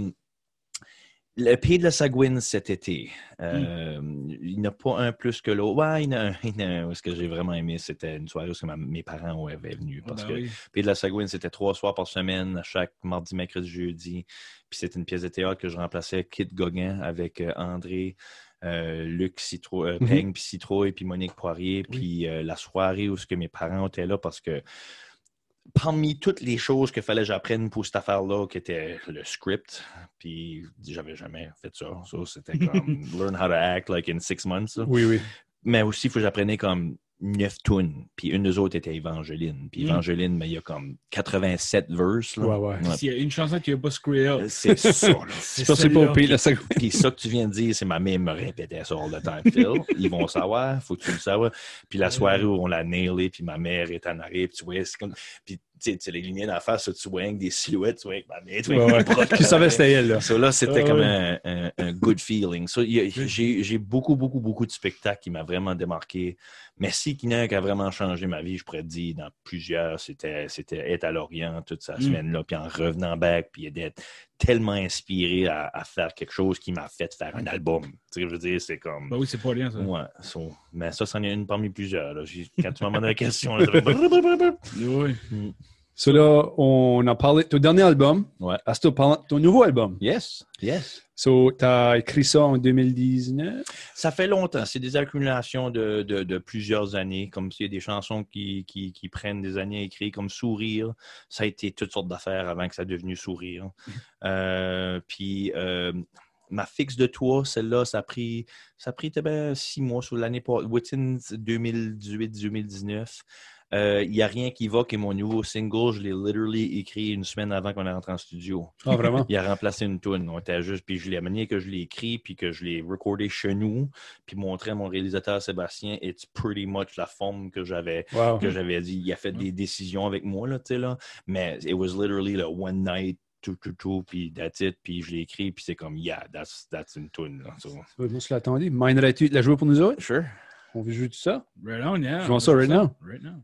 Le Pays de la Sagouine cet été. Il n'y a pas un plus que l'autre. Ouais, il y en a un. Ce que j'ai vraiment aimé, c'était une soirée où mes parents avaient venu. Parce que le Pays de la Sagouine, c'était 3 soirs par semaine, chaque mardi, mercredi, jeudi. Puis c'était une pièce de théâtre que je remplaçais Kit Gauguin avec André. Luc Peigne, puis Citrouille, puis Monique Poirier, puis la soirée où mes parents étaient là parce que parmi toutes les choses qu'il fallait que j'apprenne pour cette affaire-là, qui était le script, puis j'avais jamais fait ça. C'était comme learn how to act like in 6 months. Oui. Mais aussi, il faut que j'apprenne comme 9 tunes, puis une des autres était Évangeline. Puis Évangeline, mais il y a comme 87 verses. Là. Ouais. S'il y a une chanson qui n'a pas screwé up. C'est ça. Là. C'est pas au Pays de la Sagouine. Puis ça que tu viens de dire, c'est ma mère me répétait ça all the time. Phil, ils vont savoir, faut que tu le saches. Puis la soirée où on l'a nailé, puis ma mère est en arrière, puis tu vois, c'est comme... Puis tu sais, les lumières d'en face, tu vois avec des silhouettes, tu vois avec ma mère, tu vois avec tu savais c'était elle, là. So, là, c'était comme un good feeling. So, j'ai beaucoup de spectacles qui m'ont vraiment démarqué. Mais si qu'il y en a un qui a vraiment changé ma vie, je pourrais te dire, dans plusieurs, c'était être à Lorient toute cette semaine-là, puis en revenant back, puis d'être tellement inspiré à faire quelque chose qui m'a fait faire un album. Tu sais, je veux dire, c'est comme... Ben oui, c'est pas rien, ça. Ouais. Mais ça, c'en est une parmi plusieurs. Là. Quand tu m'as demandé la question, là, ça fait... Oui. So là, on a parlé de ton dernier album. Ouais. Est-ce que tu parles de ton nouveau album? Yes. So, tu as écrit ça en 2019? Ça fait longtemps. C'est des accumulations de plusieurs années. Comme s'il y a des chansons qui prennent des années à écrire, comme Sourire. Ça a été toutes sortes d'affaires avant que ça soit devenu Sourire. Puis... ma fixe de toi, celle-là, ça a pris 6 mois sur l'année within 2018-2019. Il n'y a rien qui va, qui est mon nouveau single. Je l'ai literally écrit une semaine avant qu'on rentre en studio. Ah, vraiment? Il a remplacé une tune. On était juste, puis je l'ai amené que je l'ai écrit, puis que je l'ai recordé chez nous, puis montré à mon réalisateur Sébastien. It's pretty much la forme que j'avais dit. Il a fait des décisions avec moi, là, tu sais, là. Mais it was literally like, one night. Tout, puis that's it, puis je l'ai écrit, puis c'est comme, yeah, that's une tune. So. Moi, je l'attendais. M'aimerais-tu de la jouer pour nous autres? Sure. On veut jouer tout ça? Right on, yeah. Jouons ça right now. Right now.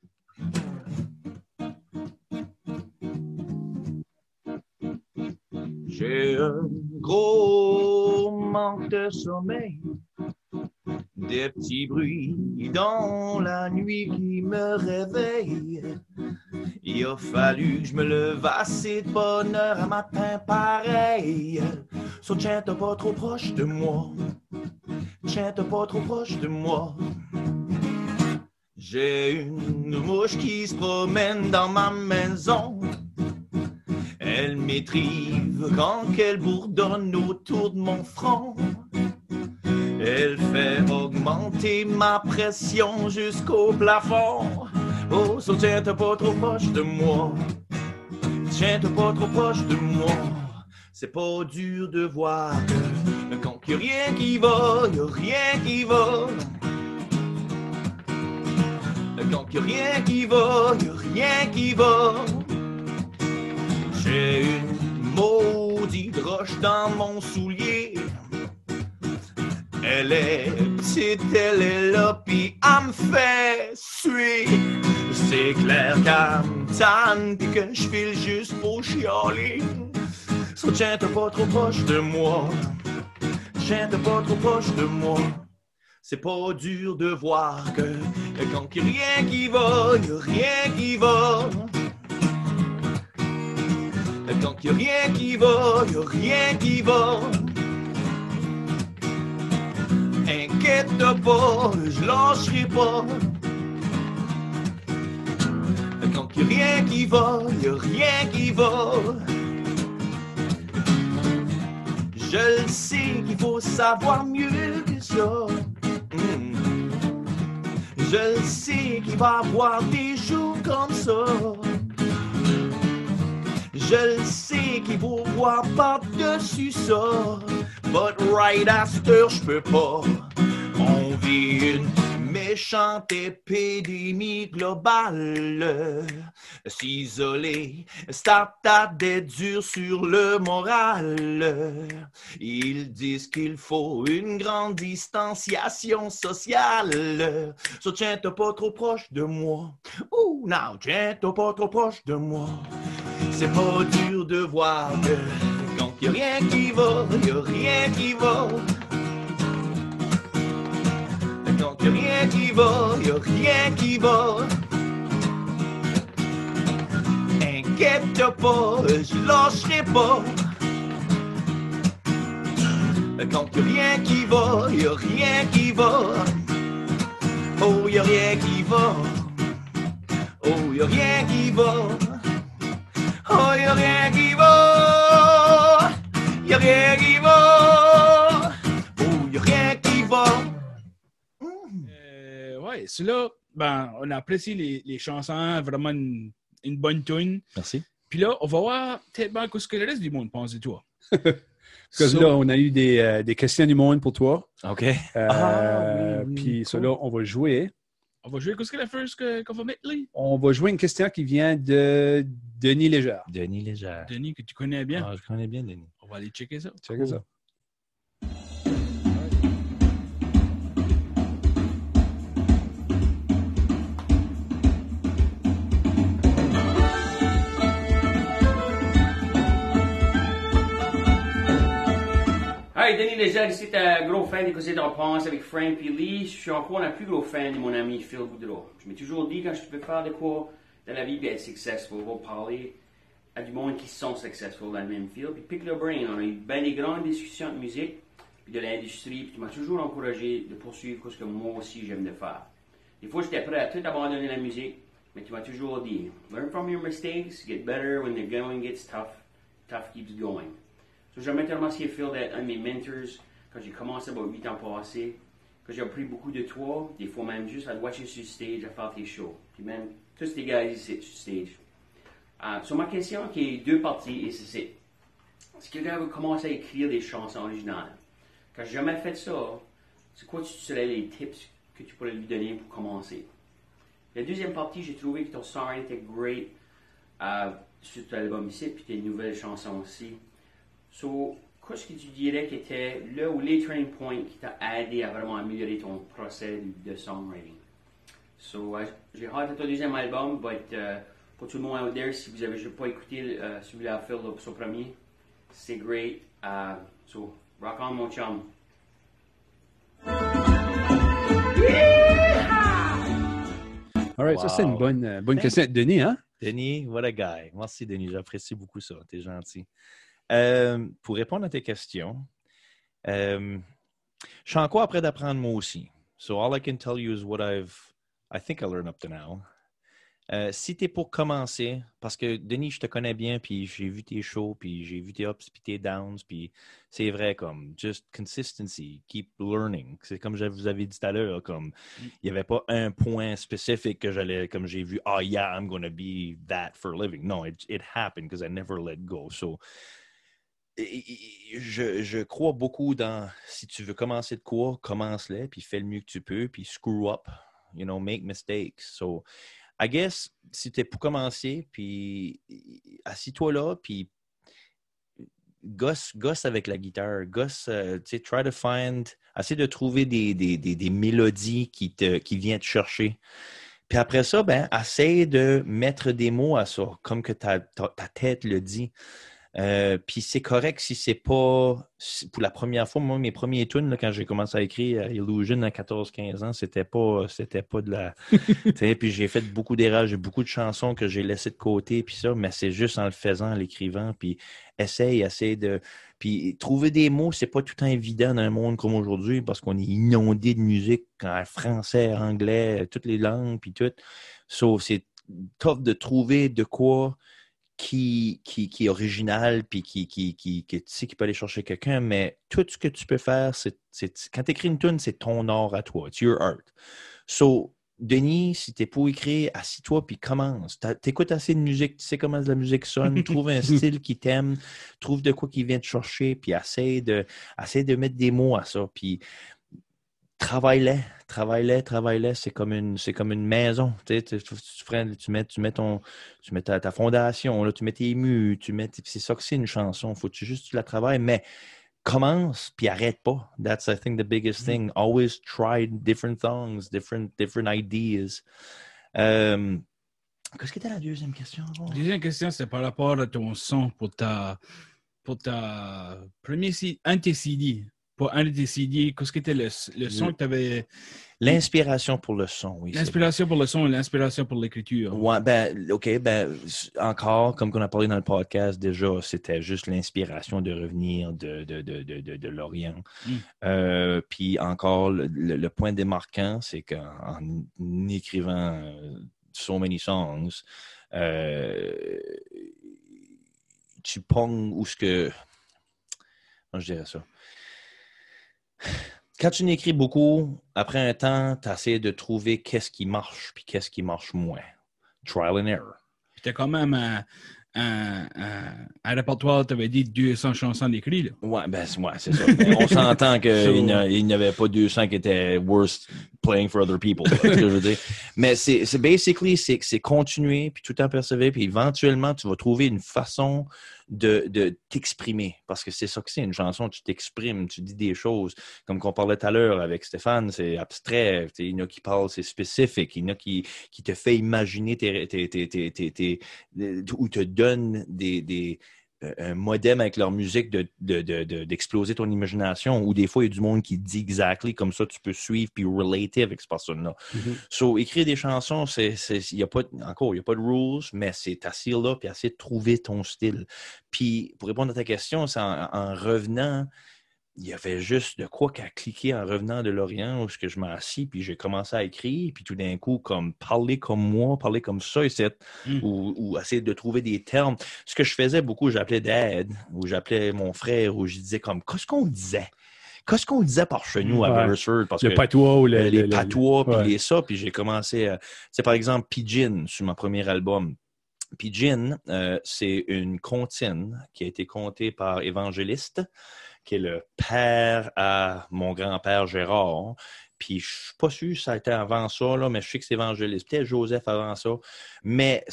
J'ai un gros manque de sommeil, des petits bruits dans la nuit qui me réveillent. Il a fallu que je me lève assez de bonne heure un matin pareil. So tiens-toi pas trop proche de moi, tiens-toi pas trop proche de moi. J'ai une mouche qui se promène dans ma maison. Elle m'étrive quand elle bourdonne autour de mon front. Elle fait augmenter ma pression jusqu'au plafond. Oh, so tiens-toi pas trop proche de moi. Tiens-toi pas trop proche de moi. C'est pas dur de voir que quand il y a rien qui va, y a rien qui va. Quand il y a rien qui va, y a rien qui va. J'ai une maudite roche dans mon soulier. Elle est petite, elle est là, pis elle me fait suer. C'est clair qu'elle me tanne, pis que je file juste pour chialer. So tiens-toi pas trop proche de moi. Tiens-toi pas trop proche de moi. C'est pas dur de voir que quand il y a rien qui va, y a rien qui va. Quand il y a rien qui va, y a rien qui va. Inquiète-toi pas, je lâcherai pas. Quand il y a rien qui va, y a rien qui va. Je le sais qu'il faut savoir mieux que ça. Je le sais qu'il va y avoir des jours comme ça. Je le sais qu'il faut voir par-dessus ça. But right after, je peux pas. On vit une méchante épidémie globale. S'isoler, start d'être dur sur le moral. Ils disent qu'il faut une grande distanciation sociale. So tiens-toi pas trop proche de moi. Ouh, non, tiens-toi pas trop proche de moi. C'est pas dur de voir que quand y'a rien qui va, y'a rien qui va. Quand y'a rien qui va, y'a rien qui va. Inquiète pas, je lâcherai pas. Quand y'a rien qui va, y'a rien qui va. Oh, y'a rien qui va. Oh, y'a rien qui va. Oh, y'a rien qui va. Y'a rien qui va. Oh, y'a rien qui va. Ouais, celui-là, ben, on apprécie les chansons, vraiment une bonne tune. Merci. Puis là, on va voir peut-être bien ce que le reste du monde pense de toi. Parce que là, on a eu des questions du monde pour toi. OK. Puis ça, là, on va jouer. On va jouer qu'est-ce que la first qu'on va mettre là? On va jouer une question qui vient de Denis Légère. Denis Légère. Denis, que tu connais bien. Ah, je connais bien Denis. On va aller checker ça. Checker ça. Hey, Denis Légère, ici, t'es un gros fan d'écouter d'en pense avec Frank et Lee. Je suis encore un plus gros fan de mon ami Phil Boudreau. Je m'ai toujours dit, quand je peux faire de quoi dans la vie et être successful, on va parler à du monde qui sont successful dans le même field. Puis pick le brain. On a eu bien des grandes discussions de musique, puis de l'industrie, puis tu m'as toujours encouragé de poursuivre ce que moi aussi j'aime de faire. Des fois, j'étais prêt à tout abandonner la musique, mais tu m'as toujours dit, learn from your mistakes, get better when the going gets tough, tough keeps going. So, j'aimerais te remercier, Phil, d'être un de mes mentors quand j'ai commencé about 8 ans passés, que j'ai appris beaucoup de toi, des fois même juste à te watcher sur stage, à faire tes shows. Puis même, tous les gars ici sur stage. Sur ma question, qui est deux parties, et c'est si quelqu'un veut commencer à écrire des chansons originales, quand j'ai jamais fait ça, c'est quoi tu serais les tips que tu pourrais lui donner pour commencer? La deuxième partie, j'ai trouvé que ton song était great sur ton album ici, puis tes nouvelles chansons aussi. So, qu'est-ce que tu dirais qui était là où les turning points qui t'a aidé à vraiment améliorer ton procès de songwriting? So, j'ai hâte à ton deuxième album, but pour tout le monde out there, si vous avez pas écouté celui-là à Phil, son premier, c'est great. So, rock on mon chum. All right, wow. Ça c'est une bonne question. Denis, hein? Denis, what a guy. Merci Denis, j'apprécie beaucoup ça. T'es gentil. Pour répondre à tes questions, je suis encore après d'apprendre moi aussi. So all I can tell you is what I think I learned up to now. Si t'es pour commencer, parce que Denis, je te connais bien, puis j'ai vu tes shows, puis j'ai vu tes ups, puis tes downs, puis c'est vrai, comme, just consistency, keep learning. C'est comme je vous avais dit tout à l'heure, comme, il n'y avait pas un point spécifique que j'allais, comme j'ai vu, oh yeah, I'm gonna be that for a living. No, it happened because I never let go. So, je crois beaucoup dans, si tu veux commencer de quoi, commence-le, puis fais le mieux que tu peux, puis screw up, you know, make mistakes. So, I guess, si t'es pour commencer, puis assis-toi là, puis gosse avec la guitare, gosse, tu sais, try to find, essaie de trouver des mélodies qui viennent te chercher. Puis après ça, ben, essaie de mettre des mots à ça, comme que ta tête le dit. Puis c'est correct si c'est pas pour la première fois. Moi, mes premiers tunes, là, quand j'ai commencé à écrire Illusion à 14-15 ans, c'était pas de la... Puis j'ai fait beaucoup d'erreurs, j'ai beaucoup de chansons que j'ai laissées de côté, puis ça, mais c'est juste en le faisant, en l'écrivant, puis essaye de... Puis trouver des mots, c'est pas tout le temps évident dans un monde comme aujourd'hui, parce qu'on est inondé de musique en français, anglais, toutes les langues, puis tout. So, c'est tough de trouver de quoi qui est original, puis qui tu sais qui peut aller chercher quelqu'un, mais tout ce que tu peux faire, c'est quand tu écris une tune, c'est ton art à toi. It's your art. So, Denis, si t'es pour écrire, assis-toi puis commence. T'écoutes assez de musique, tu sais comment la musique sonne, trouve un style qui t'aime, trouve de quoi qui vient te chercher, puis essaie de mettre des mots à ça, puis travaille-les, c'est comme une maison. Tu mets ta fondation, là, tu mets tes murs, c'est ça que c'est une chanson. Faut que tu la travailles, mais commence puis arrête pas. That's, I think, the biggest thing. Always try different songs, different ideas. Qu'est-ce que était la deuxième question? La deuxième question, c'est par rapport à ton son pour ta premier un de tes CD. Pour un de tes CD, qu'est-ce que était le son que tu avais... L'inspiration pour le son, oui. L'inspiration pour le son et l'inspiration pour l'écriture. Ouais, encore, comme on a parlé dans le podcast déjà, c'était juste l'inspiration de revenir de l'Orient. Puis encore, le point démarquant, c'est qu'en écrivant so many songs, tu pognes où ce que... Comment je dirais ça? Quand tu n'écris beaucoup, après un temps, tu essaies de trouver qu'est-ce qui marche puis qu'est-ce qui marche moins. Trial and error. Puis tu as quand même un répertoire, tu avais dit 200 chansons d'écrites. Ouais, c'est ça. On s'entend qu'il n'y avait pas 200 qui étaient worst playing for other people. C'est ce que je veux dire. Mais c'est continuer, puis tout le temps persévérer, puis éventuellement, tu vas trouver une façon de t'exprimer. Parce que c'est ça que c'est, une chanson, tu t'exprimes, tu dis des choses. Comme qu'on parlait tout à l'heure avec Stéphane, c'est abstrait. Il y en a qui parlent, c'est spécifique. Il y en a qui te fait imaginer ou te donnent un modem avec leur musique d'exploser ton imagination, ou des fois, il y a du monde qui dit exactly, comme ça, tu peux suivre puis relater avec cette personne-là. So, écrire des chansons, il n'y a pas de rules, mais c'est assis là puis essayer de trouver ton style. Puis, pour répondre à ta question, c'est en revenant, il y avait juste de quoi qu'à cliquer en revenant de l'Orient où je m'assis, puis j'ai commencé à écrire, puis tout d'un coup, comme parler comme moi, parler comme ça, ou essayer de trouver des termes. Ce que je faisais beaucoup, j'appelais Dad, ou j'appelais mon frère, ou je disais comme, qu'est-ce qu'on disait? Qu'est-ce qu'on disait par chez nous à Beresford? Le patois ou les patois, puis les ça, puis j'ai commencé c'est par exemple Pidgin sur mon premier album. Pidgin, c'est une comptine qui a été contée par Évangéliste, qui est le père à mon grand-père Gérard. Puis je ne suis pas sûr si ça a été avant ça, là, mais je sais que c'est Évangéliste. Peut-être Joseph avant ça. Mais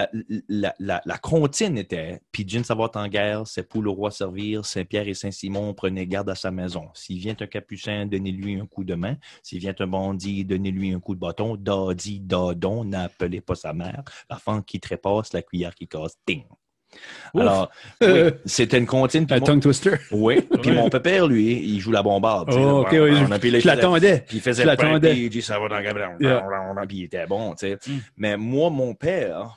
la comptine était « Pidgin, ça va en guerre, c'est pour le roi servir, Saint-Pierre et Saint-Simon, prenez garde à sa maison. S'il vient un capucin, donnez-lui un coup de main. S'il vient un bandit, donnez-lui un coup de bâton. Dadi, dadon, n'appelez pas sa mère. L'enfant qui trépasse, la cuillère qui casse, ting! » Alors, oui, c'était une comptine. Un tongue twister. Oui. Puis mon pépère, lui, il joue la bombarde. Oh, OK, oui. Je l'attendais. Puis il faisait il dit ça va dans le puis il était bon, tu sais. Mais moi, mon père,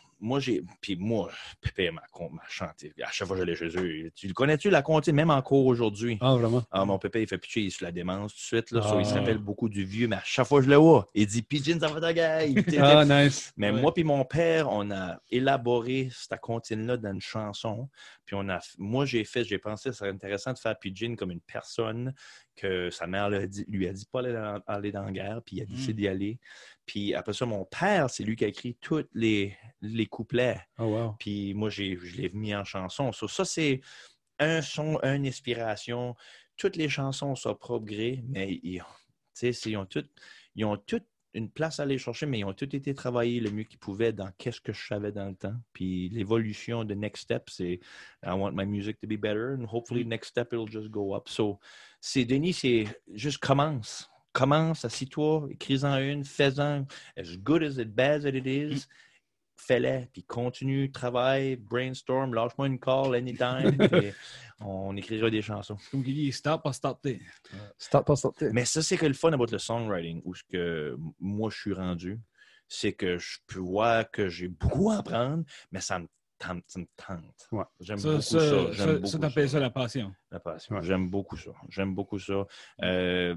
Pépé m'a chanté. À chaque fois que j'allais chez eux, tu le connais-tu, la comptine, même encore aujourd'hui? Ah, vraiment? Ah, mon pépé, il fait pitcher sur la démence tout de suite. Là, il se rappelle beaucoup du vieux, mais à chaque fois que je le vois, il dit Pidgin, ça va ta gueule. Nice. Mais moi puis mon père, on a élaboré cette comptine-là dans une chanson. Puis j'ai pensé que ce serait intéressant de faire Pidgin comme une personne que sa mère lui a dit pas aller dans la guerre, puis il a décidé d'y aller. Puis après ça, mon père, c'est lui qui a écrit tous les couplets. Oh, wow. Puis moi, je l'ai mis en chanson. Ça, c'est un son, une inspiration. Toutes les chansons sont à propre gré, mais ils ont toutes une place à aller chercher, mais ils ont tous été travaillés le mieux qu'ils pouvaient dans qu'est-ce que je savais dans le temps. Puis l'évolution de Next Step, c'est I want my music to be better, and hopefully next step, it'll just go up. So, Denis, c'est juste commence. Commence, assis-toi, écris-en une, fais-en. As good as it, bad as it is, fais-le, puis continue, travaille, brainstorm, lâche-moi une call anytime, puis on écrira des chansons. Comme il dit, start par starter. Start par starter. Mais ça, c'est que le fun about le songwriting, où ce que moi, je suis rendu, c'est que je peux voir que j'ai beaucoup à apprendre, mais ça me tente. Ouais. J'aime beaucoup ça. Ça t'appelle ça la passion. La passion. Ouais. J'aime beaucoup ça.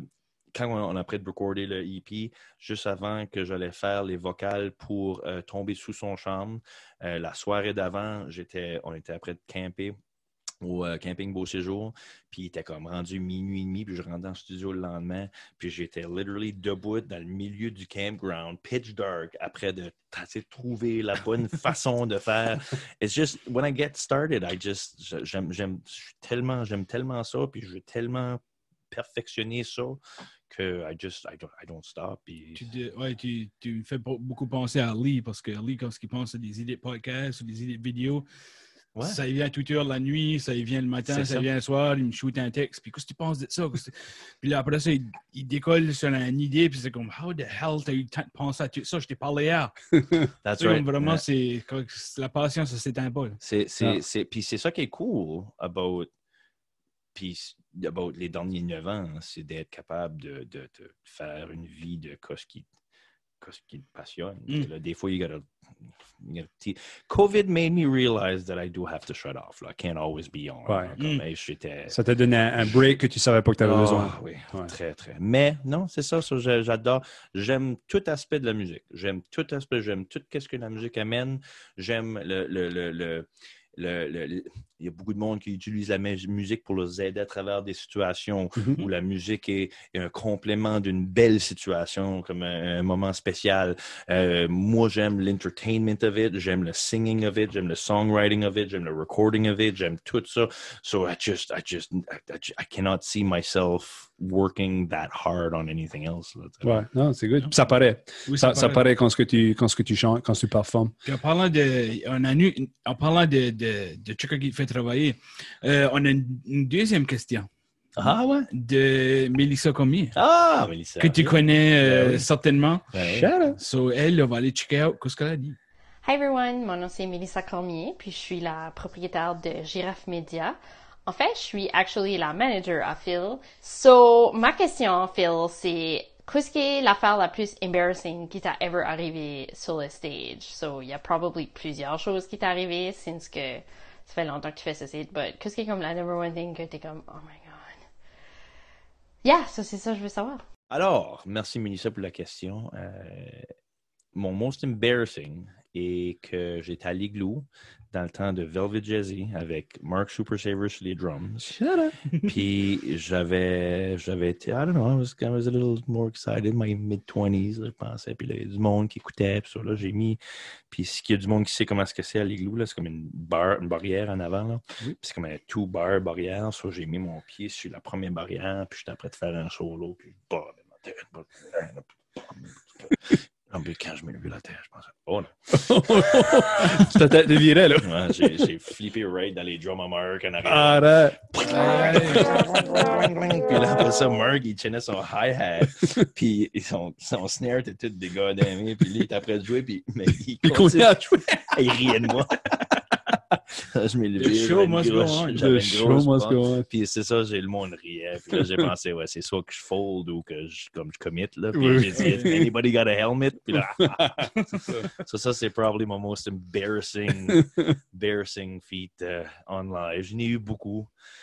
quand on a prêt de recorder le EP, juste avant que j'allais faire les vocales pour Tomber sous son charme, la soirée d'avant, on était après de camper au camping Beau Séjour, puis il était comme rendu minuit et demi, puis je rentrais dans le studio le lendemain, puis j'étais literally debout dans le milieu du campground, pitch dark, après de trouver la bonne façon de faire. It's just, when I get started, j'aime tellement ça, puis je veux tellement perfectionner ça que I don't stop. Puis... Tu me fais beaucoup penser à Lee, parce que Lee, quand il pense à des idées de podcast ou des idées de vidéos, ça vient à toute heure la nuit, ça vient le matin, ça vient le soir, il me shoot un texte, puis qu'est-ce que tu penses de ça? Puis là, après ça, il décolle sur une idée, puis c'est comme, how the hell t'as eu le temps de penser à tout ça? Je t'ai parlé hier. That's right. Vraiment, c'est la patience, ça s'éteint pas. Puis c'est ça qui est cool about les derniers 9 ans, c'est d'être capable de faire une vie de ce qui te passionne. Là, des fois, you gotta COVID made me realize that I do have to shut off. Là. I can't always be on. Ça t'a donné un break que tu savais pas que tu avais besoin. Oui, très, très. Mais non, c'est ça, j'adore. J'aime tout aspect de la musique. J'aime tout ce que la musique amène. J'aime il y a beaucoup de monde qui utilise la musique pour les aider à travers des situations où la musique est un complément d'une belle situation, comme un moment spécial. Moi, j'aime l'entertainment of it, j'aime le singing of it, j'aime le songwriting of it, j'aime le recording of it, j'aime tout ça. So I cannot see myself working that hard on anything else. Ouais, non, c'est good. Ça paraît. Oui, ça paraît quand ce que tu chantes, quand tu performes. Puis en parlant de Chica qui te fait travailler, on a une deuxième question. Ah ouais? De Mélissa Cormier. Ah, Mélissa. Que tu connais certainement. Ouais. So, elle, on va aller checker out qu'est-ce qu'elle a dit. Hi everyone, mon nom c'est Mélissa Cormier, puis je suis la propriétaire de Giraffe Media. En fait, je suis actually la manager à Phil. So, ma question, Phil, c'est qu'est-ce qui est l'affaire la plus embarrassing qui t'a ever arrivé sur le stage? So, il y a probablement plusieurs choses qui t'est arrivé since que ça fait longtemps que tu fais ce site, but qu'est-ce qui est comme la number one thing que t'es comme, oh my god. Yeah, so c'est ça que je veux savoir. Alors, merci Mélissa pour la question. Mon most embarrassing est que j'étais à l'Igloo dans le temps de Velvet Jazzy avec Mark Super Saver sur les drums. Shut up! Puis j'avais été, I don't know, I was a little more excited, my mid-20s, je pensais. Puis là, il y a du monde qui écoutait, puis ça, là, j'ai mis... Puis s'il y a du monde qui sait comment c'est à l'Igloo, là, c'est comme une barrière en avant, là. Oui. Puis c'est comme un two-bar barrière, so j'ai mis mon pied sur la première barrière, puis j'étais prêt de faire un solo, puis quand je m'ai levé la tête, je pensais, oh non. Tu t'as déviré, là. Ouais, j'ai flippé right dans les drums à Mark en arrière. Arrête! Puis là, après ça, Mark, il tenait son hi-hat. Puis son snare était tout dégodamé. Puis lui, il était après de jouer. Puis il continue à jouer. Il riait de moi. Je m'ai levé. The show must go on. The show must go on. Puis c'est ça, le monde riait. Puis là, j'ai pensé, ouais, c'est soit que je fold ou que je commit. Là. Puis j'ai dit, anybody got a helmet? Puis là, ça, c'est probably my most embarrassing feat on live. Je n'ai eu beaucoup.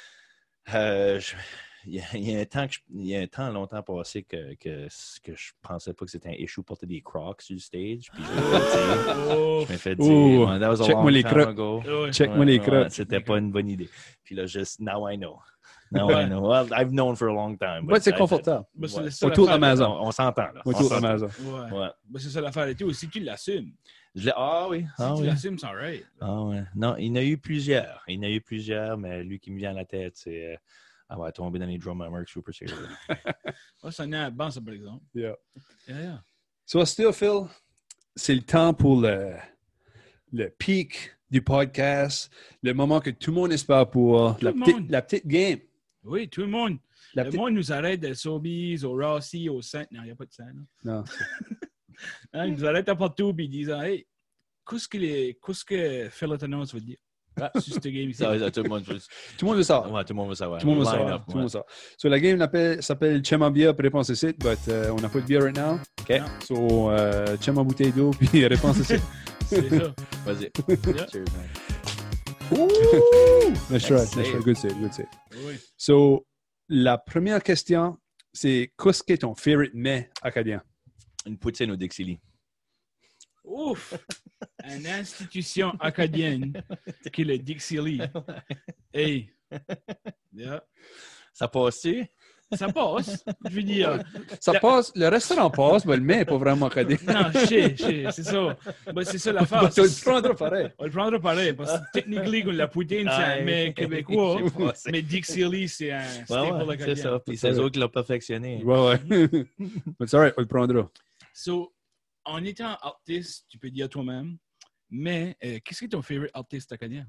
Il y a un temps longtemps passé que je pensais pas que c'était un issue porter des Crocs sur le stage. Puis je m'ai fait dire, that was a long time ago. Check-moi les Crocs. C'était pas une bonne idée. Puis là, now I know. I know. Well, I've known for a long time. Ouais, c'est confortable. Autour d'Amazon. On s'entend. Là. Autour d'Amazon. Ouais. C'est ça l'affaire et tout. Si tu l'assumes. Ah oui. Si tu l'assumes, c'est alright. Ah ouais. Non, il y en a eu plusieurs. Mais lui qui me vient à la tête, c'est... Elle va tomber dans les drums à Mark Super Saver. Ça n'est bon, ça, par exemple. Yeah. So, still, Phil, c'est le temps pour le pic du podcast, le moment que tout le monde espère pour la petite game. Oui, tout le monde. Le monde nous arrête de Sobeys, au Rossi, au Saint. Non, il n'y a pas de Saint. Non. Ils nous arrêtent à partout et ils disent, hey, qu'est-ce que Phil Atanos veut dire? Sur cette game ici. Tout le monde veut savoir. Ouais, tout le monde veut savoir. Tout le monde veut savoir. So, la game s'appelle Chema Beer, puis réponse ici, but on n'a pas de beer right now. OK. So, Chema bouteille d'eau, puis réponse ici. C'est ça. Vas-y. Cheers, man. Nice try. Good save. Oui. So, la première question, c'est qu'est-ce qui est ton favorite mets acadien? Une poutine au Dixili. Ouf! Une institution acadienne qui est le Dixili. Hey! Yeah. Ça passe-tu? Ça passe. Je veux dire. Ça passe, le restaurant passe, mais le mets n'est pas vraiment acadien. Non, je sais, c'est ça. Ben, c'est ça l'affaire. Tu le prendras pareil. On le prendra pareil, parce que techniquement, la poutine, c'est un mets québécois, mais Dixili, c'est un staple acadien. C'est ça, puis c'est eux autres qui l'ont perfectionné. Ouais. Mais c'est alright, on le prendra. So, en étant artiste, tu peux dire toi-même, mais qu'est-ce qui est ton favorite artiste acadien?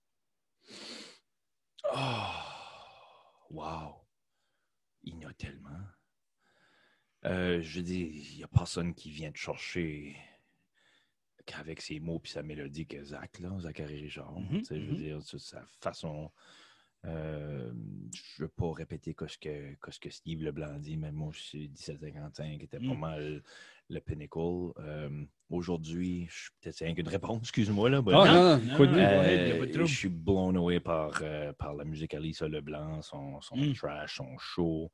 Oh, wow! Il y en a tellement. Je dis, il n'y a personne qui vient te chercher qu'avec ses mots et sa mélodie que Zach, là, Zachary Richard. Je veux dire, sa façon. Je ne veux pas répéter ce que Steve Leblanc dit, mais moi, je suis 1755, était pas mal le pinnacle. Aujourd'hui, c'est une réponse, excuse-moi. Là, non, je suis blown away par la musique à Lisa Leblanc, son trash, son show.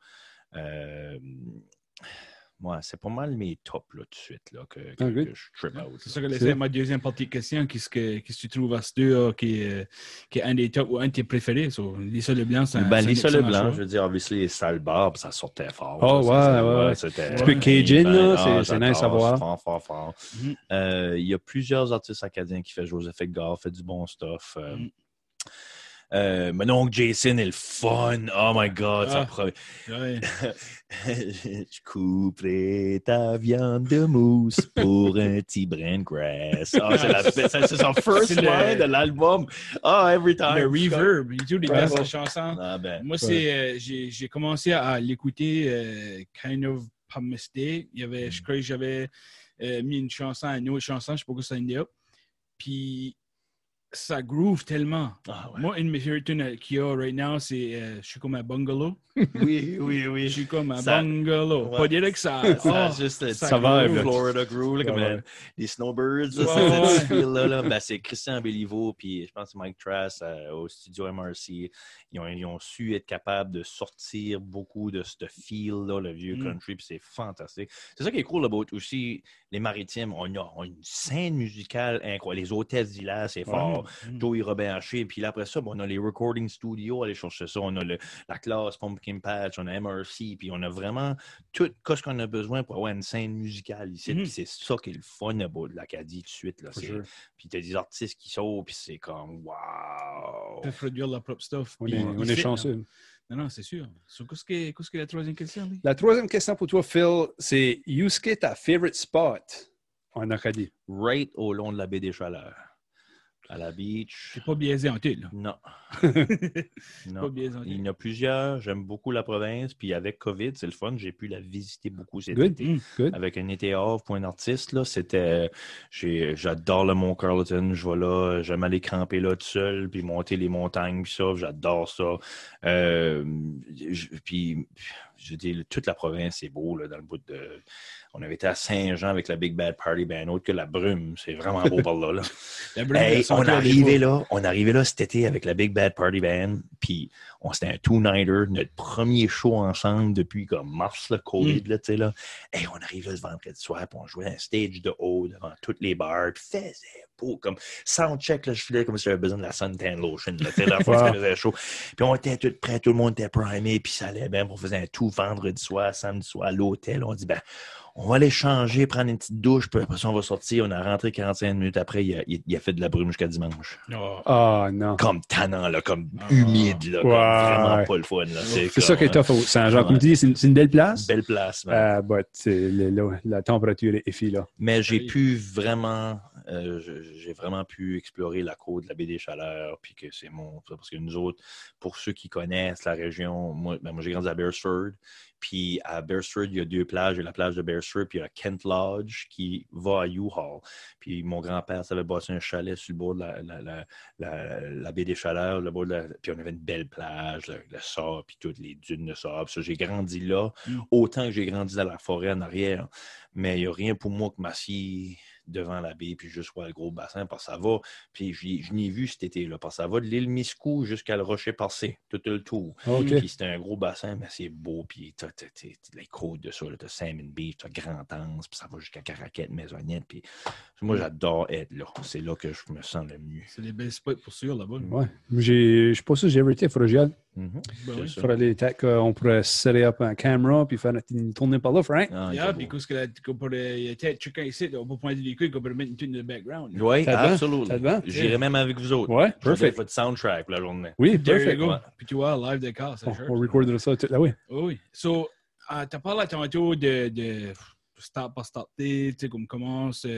Moi, c'est pas mal mes tops là, tout de suite là, que je trip out. C'est ça que c'est ma deuxième partie de question. Qu'est-ce que tu trouves à ce deux qui est un des tops ou un de tes préférés? Lisa Leblanc, c'est un Lisa Leblanc, je veux dire, obviously, les salles bars, ça sortait fort. Oh, ouais. C'était un peu Cajun, là, c'est nice à voir. Fort. Il y a plusieurs artistes acadiens qui font Joseph Edgar, fait du bon stuff. Mon oncle Jason est le fun. Oh my God. Je couperai ta viande de mousse pour un petit brin de grass. C'est son first line de l'album. Every time. Le reverb. Il joue des bases de chanson. Moi, j'ai commencé à l'écouter kind of par mistake. Je crois que j'avais mis une chanson à une autre chanson. Je ne sais pas quoi ça indie up. Puis ça groove tellement. Moi, une de mes favorite tunes qu'il y a right now, c'est je suis comme un bungalow. Oui. Je suis comme un bungalow. Pas dire que ça va. Florida groove, comme les snowbirds. C'est Christian Béliveau, puis je pense que Mike Trass au studio MRC. Ils ont su être capables de sortir beaucoup de ce feel-là, le vieux country, puis c'est fantastique. C'est ça qui est cool là-bas aussi. Les Maritimes, on a une scène musicale incroyable. Les hôtels d'Hilaire, c'est fort. Joey Robin Haché. Puis là, après ça, on a les recording studios, aller chercher ça. On a la classe Pumpkin Patch, on a MRC. Puis on a vraiment tout ce qu'on a besoin pour avoir une scène musicale ici. Puis c'est ça qui est le fun de l'Acadie tout de suite. Là. Puis t'as des artistes qui sortent, puis c'est comme wow! On peut produire leur propre stuff. On est chanceux. Non, c'est sûr. Qu'est-ce que la troisième question? La troisième question pour toi, Phil, c'est où est ta favorite spot en Acadie? Right au long de la baie des Chaleurs. À la beach. C'est pas biaisé en tout, là. Non. Pas biaisé en tout. Il y en a plusieurs. J'aime beaucoup la province. Puis avec COVID, c'est le fun. J'ai pu la visiter beaucoup cet été. Avec un été off pour un artiste, là, c'était... J'adore le Mont Carleton. Je vais là. J'aime aller camper là tout seul. Puis monter les montagnes. Puis ça, j'adore ça. Puis, je dis, toute la province, c'est beau, là, dans le bout de... On avait été à Saint-Jean avec la Big Bad Party Band, autre que la brume. C'est vraiment beau par là. On arrivait là cet été avec la Big Bad Party Band, puis c'était un two-nighter, notre premier show ensemble depuis comme mars, le COVID, là, tu sais, là. Et on arrive là ce vendredi soir, puis on jouait un stage de haut devant toutes les bars, puis faisait beau, comme soundcheck, là, je filais comme si j'avais besoin de la suntan lotion, là, tu sais, la fois que faisait chaud. Puis on était tous prêts, tout le monde était primé, puis ça allait bien, on faisait un tout vendredi soir, samedi soir à l'hôtel, on dit, on va aller changer, prendre une petite douche, puis après ça, on va sortir. On a rentré 45 minutes après, il a fait de la brume jusqu'à dimanche. Non. Comme tannant, là, comme humide, là, comme vraiment pas le fun. Là. C'est ça qui est tough au Saint-Jean. Comme tu dis, c'est une belle place. Belle place, la température est effie, là. Mais j'ai vraiment pu explorer la côte de la baie des Chaleurs, puis que c'est parce que nous autres, pour ceux qui connaissent la région, moi j'ai grandi à Beresford. Puis à Beresford, il y a deux plages. Il y a la plage de Beresford, puis il y a Kent Lodge qui va à U-Haul. Puis mon grand-père savait bâtir un chalet sur le bord de la baie des Chaleurs, puis on avait une belle plage, le sable, puis toutes les dunes de sable. Ça, j'ai grandi là, autant que j'ai grandi dans la forêt en arrière. Mais il n'y a rien pour moi que m'assis devant la baie, puis juste voir le gros bassin, parce que ça va. Puis je n'ai vu cet été-là, parce que ça va de l'île Miscou jusqu'à le Rocher Percé, tout le tour. OK. Puis c'était un gros bassin, mais c'est beau, puis t'as les côtes de ça, t'as Salmon Beach, t'as Grand-Anse, puis ça va jusqu'à Caraquette, Maisonnette, puis moi, j'adore être là. C'est là que je me sens le mieux. C'est des belles spots pour sûr là-bas. Ouais. Je suis pas sûr que j'ai été. Il faudrait que j'y aille. Ben C'est oui. Il ça. faudrait aller, peut-être qu'on pourrait setter up un caméra puis faire une tournée par là, Frank. Ah, Yeah, c'est beau. parce que qu'on pourrait peut-être chacun ici, on peut pointer des couilles qu'on pourrait mettre une tune de background. Oui, Ça te va? absolument. Ça te va? J'irai même avec vous autres. Ouais, Je vais perfect. votre soundtrack pour la journée. Oui, There you perfect. go. Ouais. Puis tu vois, live de car, c'est On sûr. recordera ça toute la oui. Oui. So, t'as parlé tantôt de start par starter, tu sais, comme commence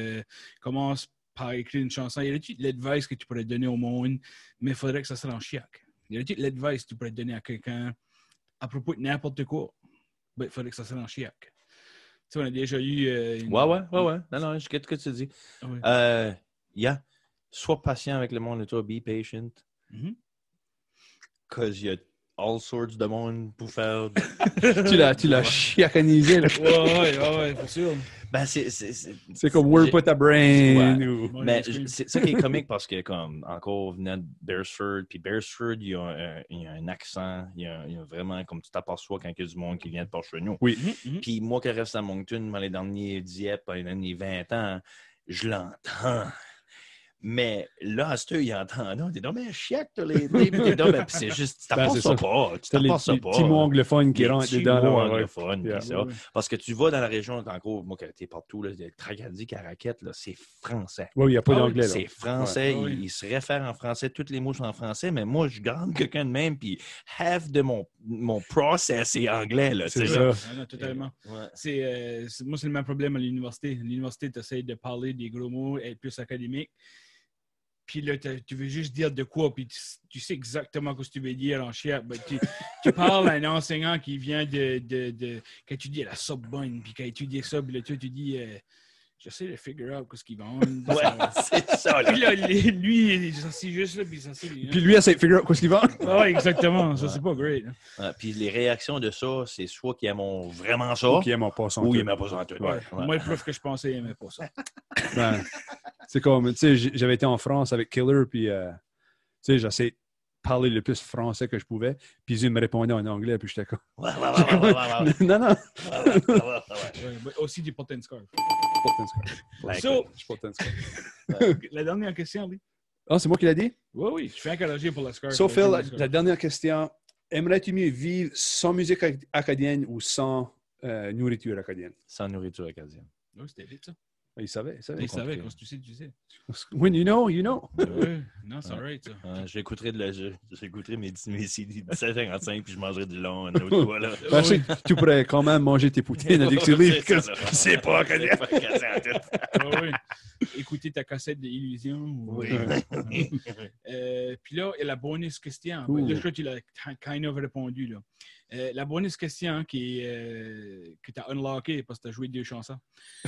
par écrire une chanson. Il y a-t-il l'advice que tu pourrais donner au monde, mais il faudrait que ça soit en chiac. Il y a-t-il l'advice que tu pourrais donner à quelqu'un à propos de n'importe quoi, mais il faudrait que ça soit en chiac. Tu sais, on a déjà eu... Ouais. Non, je quitte ce que tu dis. Oui. Sois patient avec le monde de toi. Be patient. Mhm. Cause il y a all sorts de monde pour faire... Tu l'as chiacanisé, là. Ouais, pour sûr. Ben, C'est comme Where Put a Brain. Ouais. Ou... Mais c'est ça qui est comique parce que, comme, encore venant de Beresford, puis Beresford, il y a un accent, il y a vraiment, comme tu t'aperçois quand il y a du monde qui vient de Port-Chenou. Oui. Puis moi qui reste à Moncton dans les derniers 10 dans les derniers 20 ans, je l'entends. Mais là, à ce il entend, non, t'es dans un chiac, t'as les puis c'est juste, tu t'apportes c'est ça ça. pas. Tu T'as les t'apportes ça pas. petits mots anglophones qui Les rentrent petits dedans. mots là, ouais. anglophones, Yeah. puis ça. Oui. Parce que tu vas dans la région, encore, moi, quand t'es partout, là, Tracadie, Caraquette, là, c'est français. Oui, il n'y a pas Ah oui, d'anglais, là. C'est français, Ouais. il se réfère en français, tous les mots sont en français, mais moi, je garde quelqu'un de même, puis half de mon process est anglais, là, C'est tu sais, ça. là. Ah non, totalement. Ouais. Moi, c'est le même problème à l'université. L'université, tu essaies de parler des gros mots, être plus académique. Puis là, tu veux juste dire de quoi, puis tu sais exactement ce que tu veux dire en chiac. Ben, tu parles à un enseignant qui vient quand tu dis à la Sorbonne, puis quand tu dis ça, puis là, tu dis j'essaie de figure out ce qu'ils vendent. Ouais, c'est ça, là. Puis là, lui, il s'assied juste là, puis il s'assied. Puis lui, essaie de figure out quoi ce qu'il vend. Oui, exactement. Ça, c'est pas great. Hein. Ouais, puis les réactions de ça, c'est soit qu'ils aiment vraiment ça, Ou qui aime pas son ou ils truc. n'aiment pas ça en tout. Ouais. Moi, le prof que je pensais, il n'aimait pas ça. Ben, c'est comme, tu sais, j'avais été en France avec Killer, puis, tu sais, j'essayais de parler le plus français que je pouvais, puis il me répondait en anglais, puis j'étais comme... Ouais. non. Ouais, aussi du Potent Scarf. Ben, So, Je suis pas tant scarf. la dernière question, lui. Ah, c'est moi qui l'ai dit? Oui, je suis encouragé pour la Scarf. So, Phil, la dernière question. Aimerais-tu mieux vivre sans musique acadienne ou sans nourriture acadienne? Sans nourriture acadienne. Oui, c'était vite, ça. Il savait. Il savait, compliqué. quand tu sais, tu sais. When you know, you know. Oui, non, c'est alright, ça. J'écouterai mes CD 17,55 puis je mangerai du long une autre fois. Là. Ben, je sais que tu pourrais quand même manger tes poutines avec ce livre. C'est ça, là. C'est pas acadien. C'est pas acadien en tout. Ah oui. Écouter ta cassette d'Illusion. Oui. Puis là, il y a la bonus question. Ouh. Là, je crois que tu l'as kind of répondu. Là. La bonus question que tu as unlocké parce que tu as joué 2 chansons.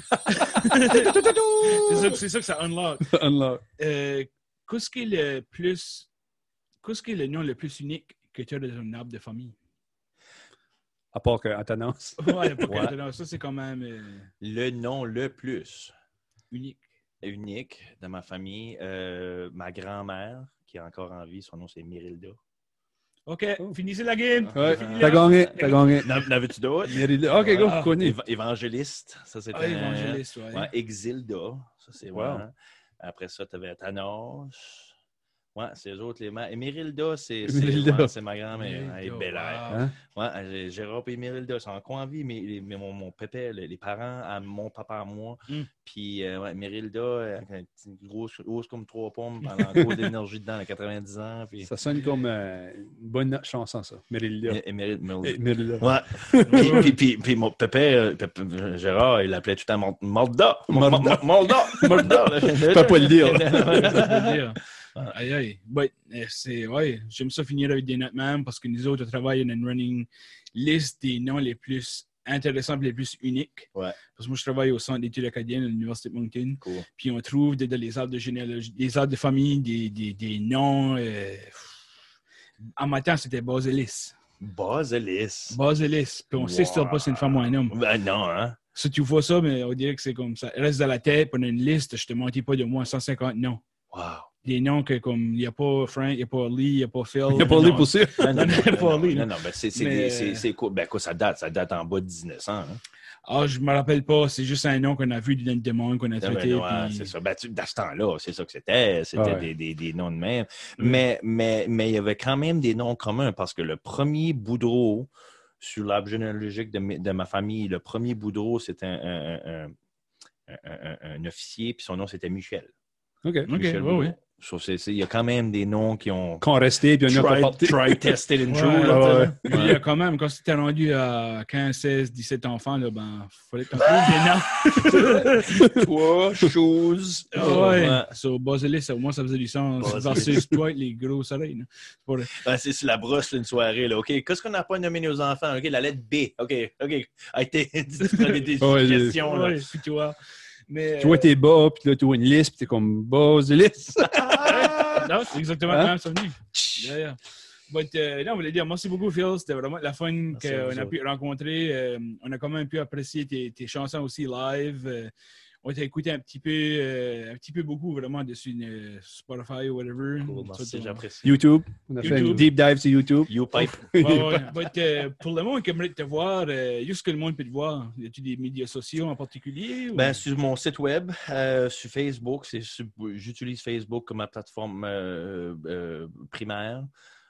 c'est ça que ça unlock. Unlock. Qu'est-ce qui est le nom le plus unique que tu as dans un arbre de famille? À part qu'à Tannance. Ouais, Ouais. ça, c'est quand même Le nom le plus unique. unique de ma famille, ma grand-mère, qui est encore en vie, son nom c'est Myrilda. OK, finissez la game. Ouais, Fini t'as là. gagné. N'avais-tu d'autres? OK, go, Ah. connu. Évangéliste, ça c'était. Ah, évangéliste, ouais. Ouais, Exilda, ça c'est Wow. vraiment. Après ça, tu avais Thanos. Ouais, c'est eux autres les mères. Et Myrilda, c'est ma grand-mère. Elle est belle. Hein? Ouais, Gérard et Myrilda sont encore en vie, mais mon pépé, les parents à mon papa à moi. Puis ouais, Myrilda, grosse comme 3 pommes pendant gros d'énergie dedans à 90 ans. Puis... Ça sonne comme une bonne chanson, ça. Myrilda. Myrilda. Ouais. puis mon pépé, Gérard, il l'appelait tout le temps Molda. Molda. Je peux pas le dire. Aïe, aïe. Ouais, j'aime ça finir avec des notes même parce que nous autres, on travaille dans une running list des noms les plus intéressants et les plus uniques. Ouais. Parce que moi, je travaille au Centre d'études acadiennes à l'Université de Moncton. Cool. Puis on trouve dans les arbres de généalogie, des arbres de famille, des noms. En matin, c'était Basilis. Basilis. Puis on sait still pas si c'est une femme ou un homme. Ben non, hein? Si tu vois ça, mais on dirait que c'est comme ça. Reste dans la tête, on a une liste, je te mentis pas de moins 150 noms. Wow. Des noms que comme il n'y a pas Frank, il n'y a pas Lee, il n'y a pas Phil. Il n'y a pas Lee pour sûr. Non, Mais c'est cool. Ben, quoi, ça date en bas de 1900. Hein? Ah, je me rappelle pas. C'est juste un nom qu'on a vu dans le démon qu'on a traité. Puis... C'est ça. Ben, dans ce temps-là, c'est ça que c'était. C'était des noms de même. Mais il y avait quand même des noms communs parce que le premier Boudreau sur l'arbre généalogique de ma famille, le premier Boudreau, c'était un officier, puis son nom, c'était Michel. OK. Michel oui. Il y a quand même des noms qui ont resté, puis on a pas porté. Try, tested and true. Puis il y a quand même, quand c'était rendu à 15, 16, 17 enfants, là, ben, il fallait que tu des noms. Toi, chose. Sur Basilis, au moins, ça faisait du sens. Versus toi, les gros oreilles. C'est la brosse une soirée. Là. OK, qu'est-ce qu'on n'a pas nommé nos enfants? OK, la lettre B. OK. A été des suggestions. Puis tu vois. Mais, tu vois tes bas, puis là, tu vois une liste, puis t'es comme Basilis. Non, c'est exactement la même souvenir. Non, on voulait dire merci beaucoup, Phil. C'était vraiment la fun qu'on a pu rencontrer. On a quand même pu apprécier tes chansons aussi live. On t'a écouté un petit peu beaucoup, vraiment, dessus Spotify ou whatever. Cool, merci, j'apprécie. YouTube. On a fait un deep dive sur YouTube. YouPipe. Pour le monde qui aimerait te voir, juste que le monde peut te voir. Y a-tu des médias sociaux en particulier? Ou... Ben, sur mon site web, sur Facebook, j'utilise Facebook comme ma plateforme primaire.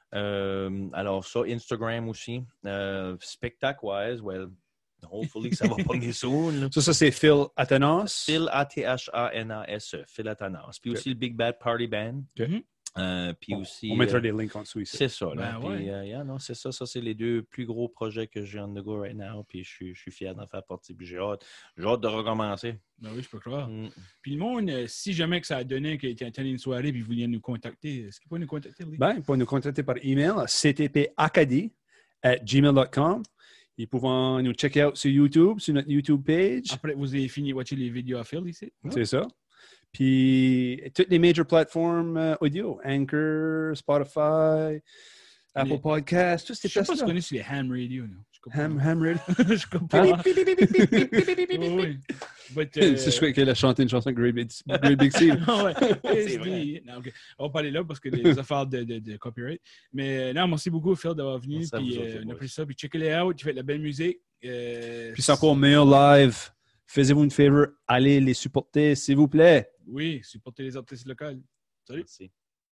Alors ça, Instagram aussi. Spectacle-wise, hopefully ça va pogner soon. Ça, c'est Phil Athanas. Phil Athanas. Phil Athanas. Puis aussi le Big Bad Party Band. Okay. Puis aussi, on mettra des links en dessous ici. C'est ça. Là. Puis, non, c'est ça. Ça, c'est les deux plus gros projets que j'ai on the go right now. Puis je suis fier d'en faire partie. Puis j'ai hâte de recommencer. Ben oui, je peux croire. Puis le monde, si jamais que ça a donné qu'il était intéressé une soirée puis vous vouliez nous contacter, est-ce qu'il peut nous contacter, Lee? Ben, il peut nous contacter par email à ctpacadie@gmail.com. Ils peuvent nous checker out sur YouTube, sur notre YouTube page. Après, vous avez fini de watcher les vidéos à Phil ici? C'est ça. Puis, toutes les major plateformes audio, Anchor, Spotify, Apple Podcasts, tous ces choses-là. Je ne sais pas si tu là. connais sur les ham radio. Ham radio? Je comprends. C'est chouette qu'elle a chanté une chanson Great Big Sea. On va parler là parce que les affaires de copyright. Mais non, merci beaucoup, Phil, d'avoir venu. Puis on a pris ça. Puis checkez-les out. Tu fais de la belle musique. Puis c'est encore meilleur live. Faites-vous une favor. Allez les supporter, s'il vous plaît. Oui, supportez les artistes locaux. Salut. Merci.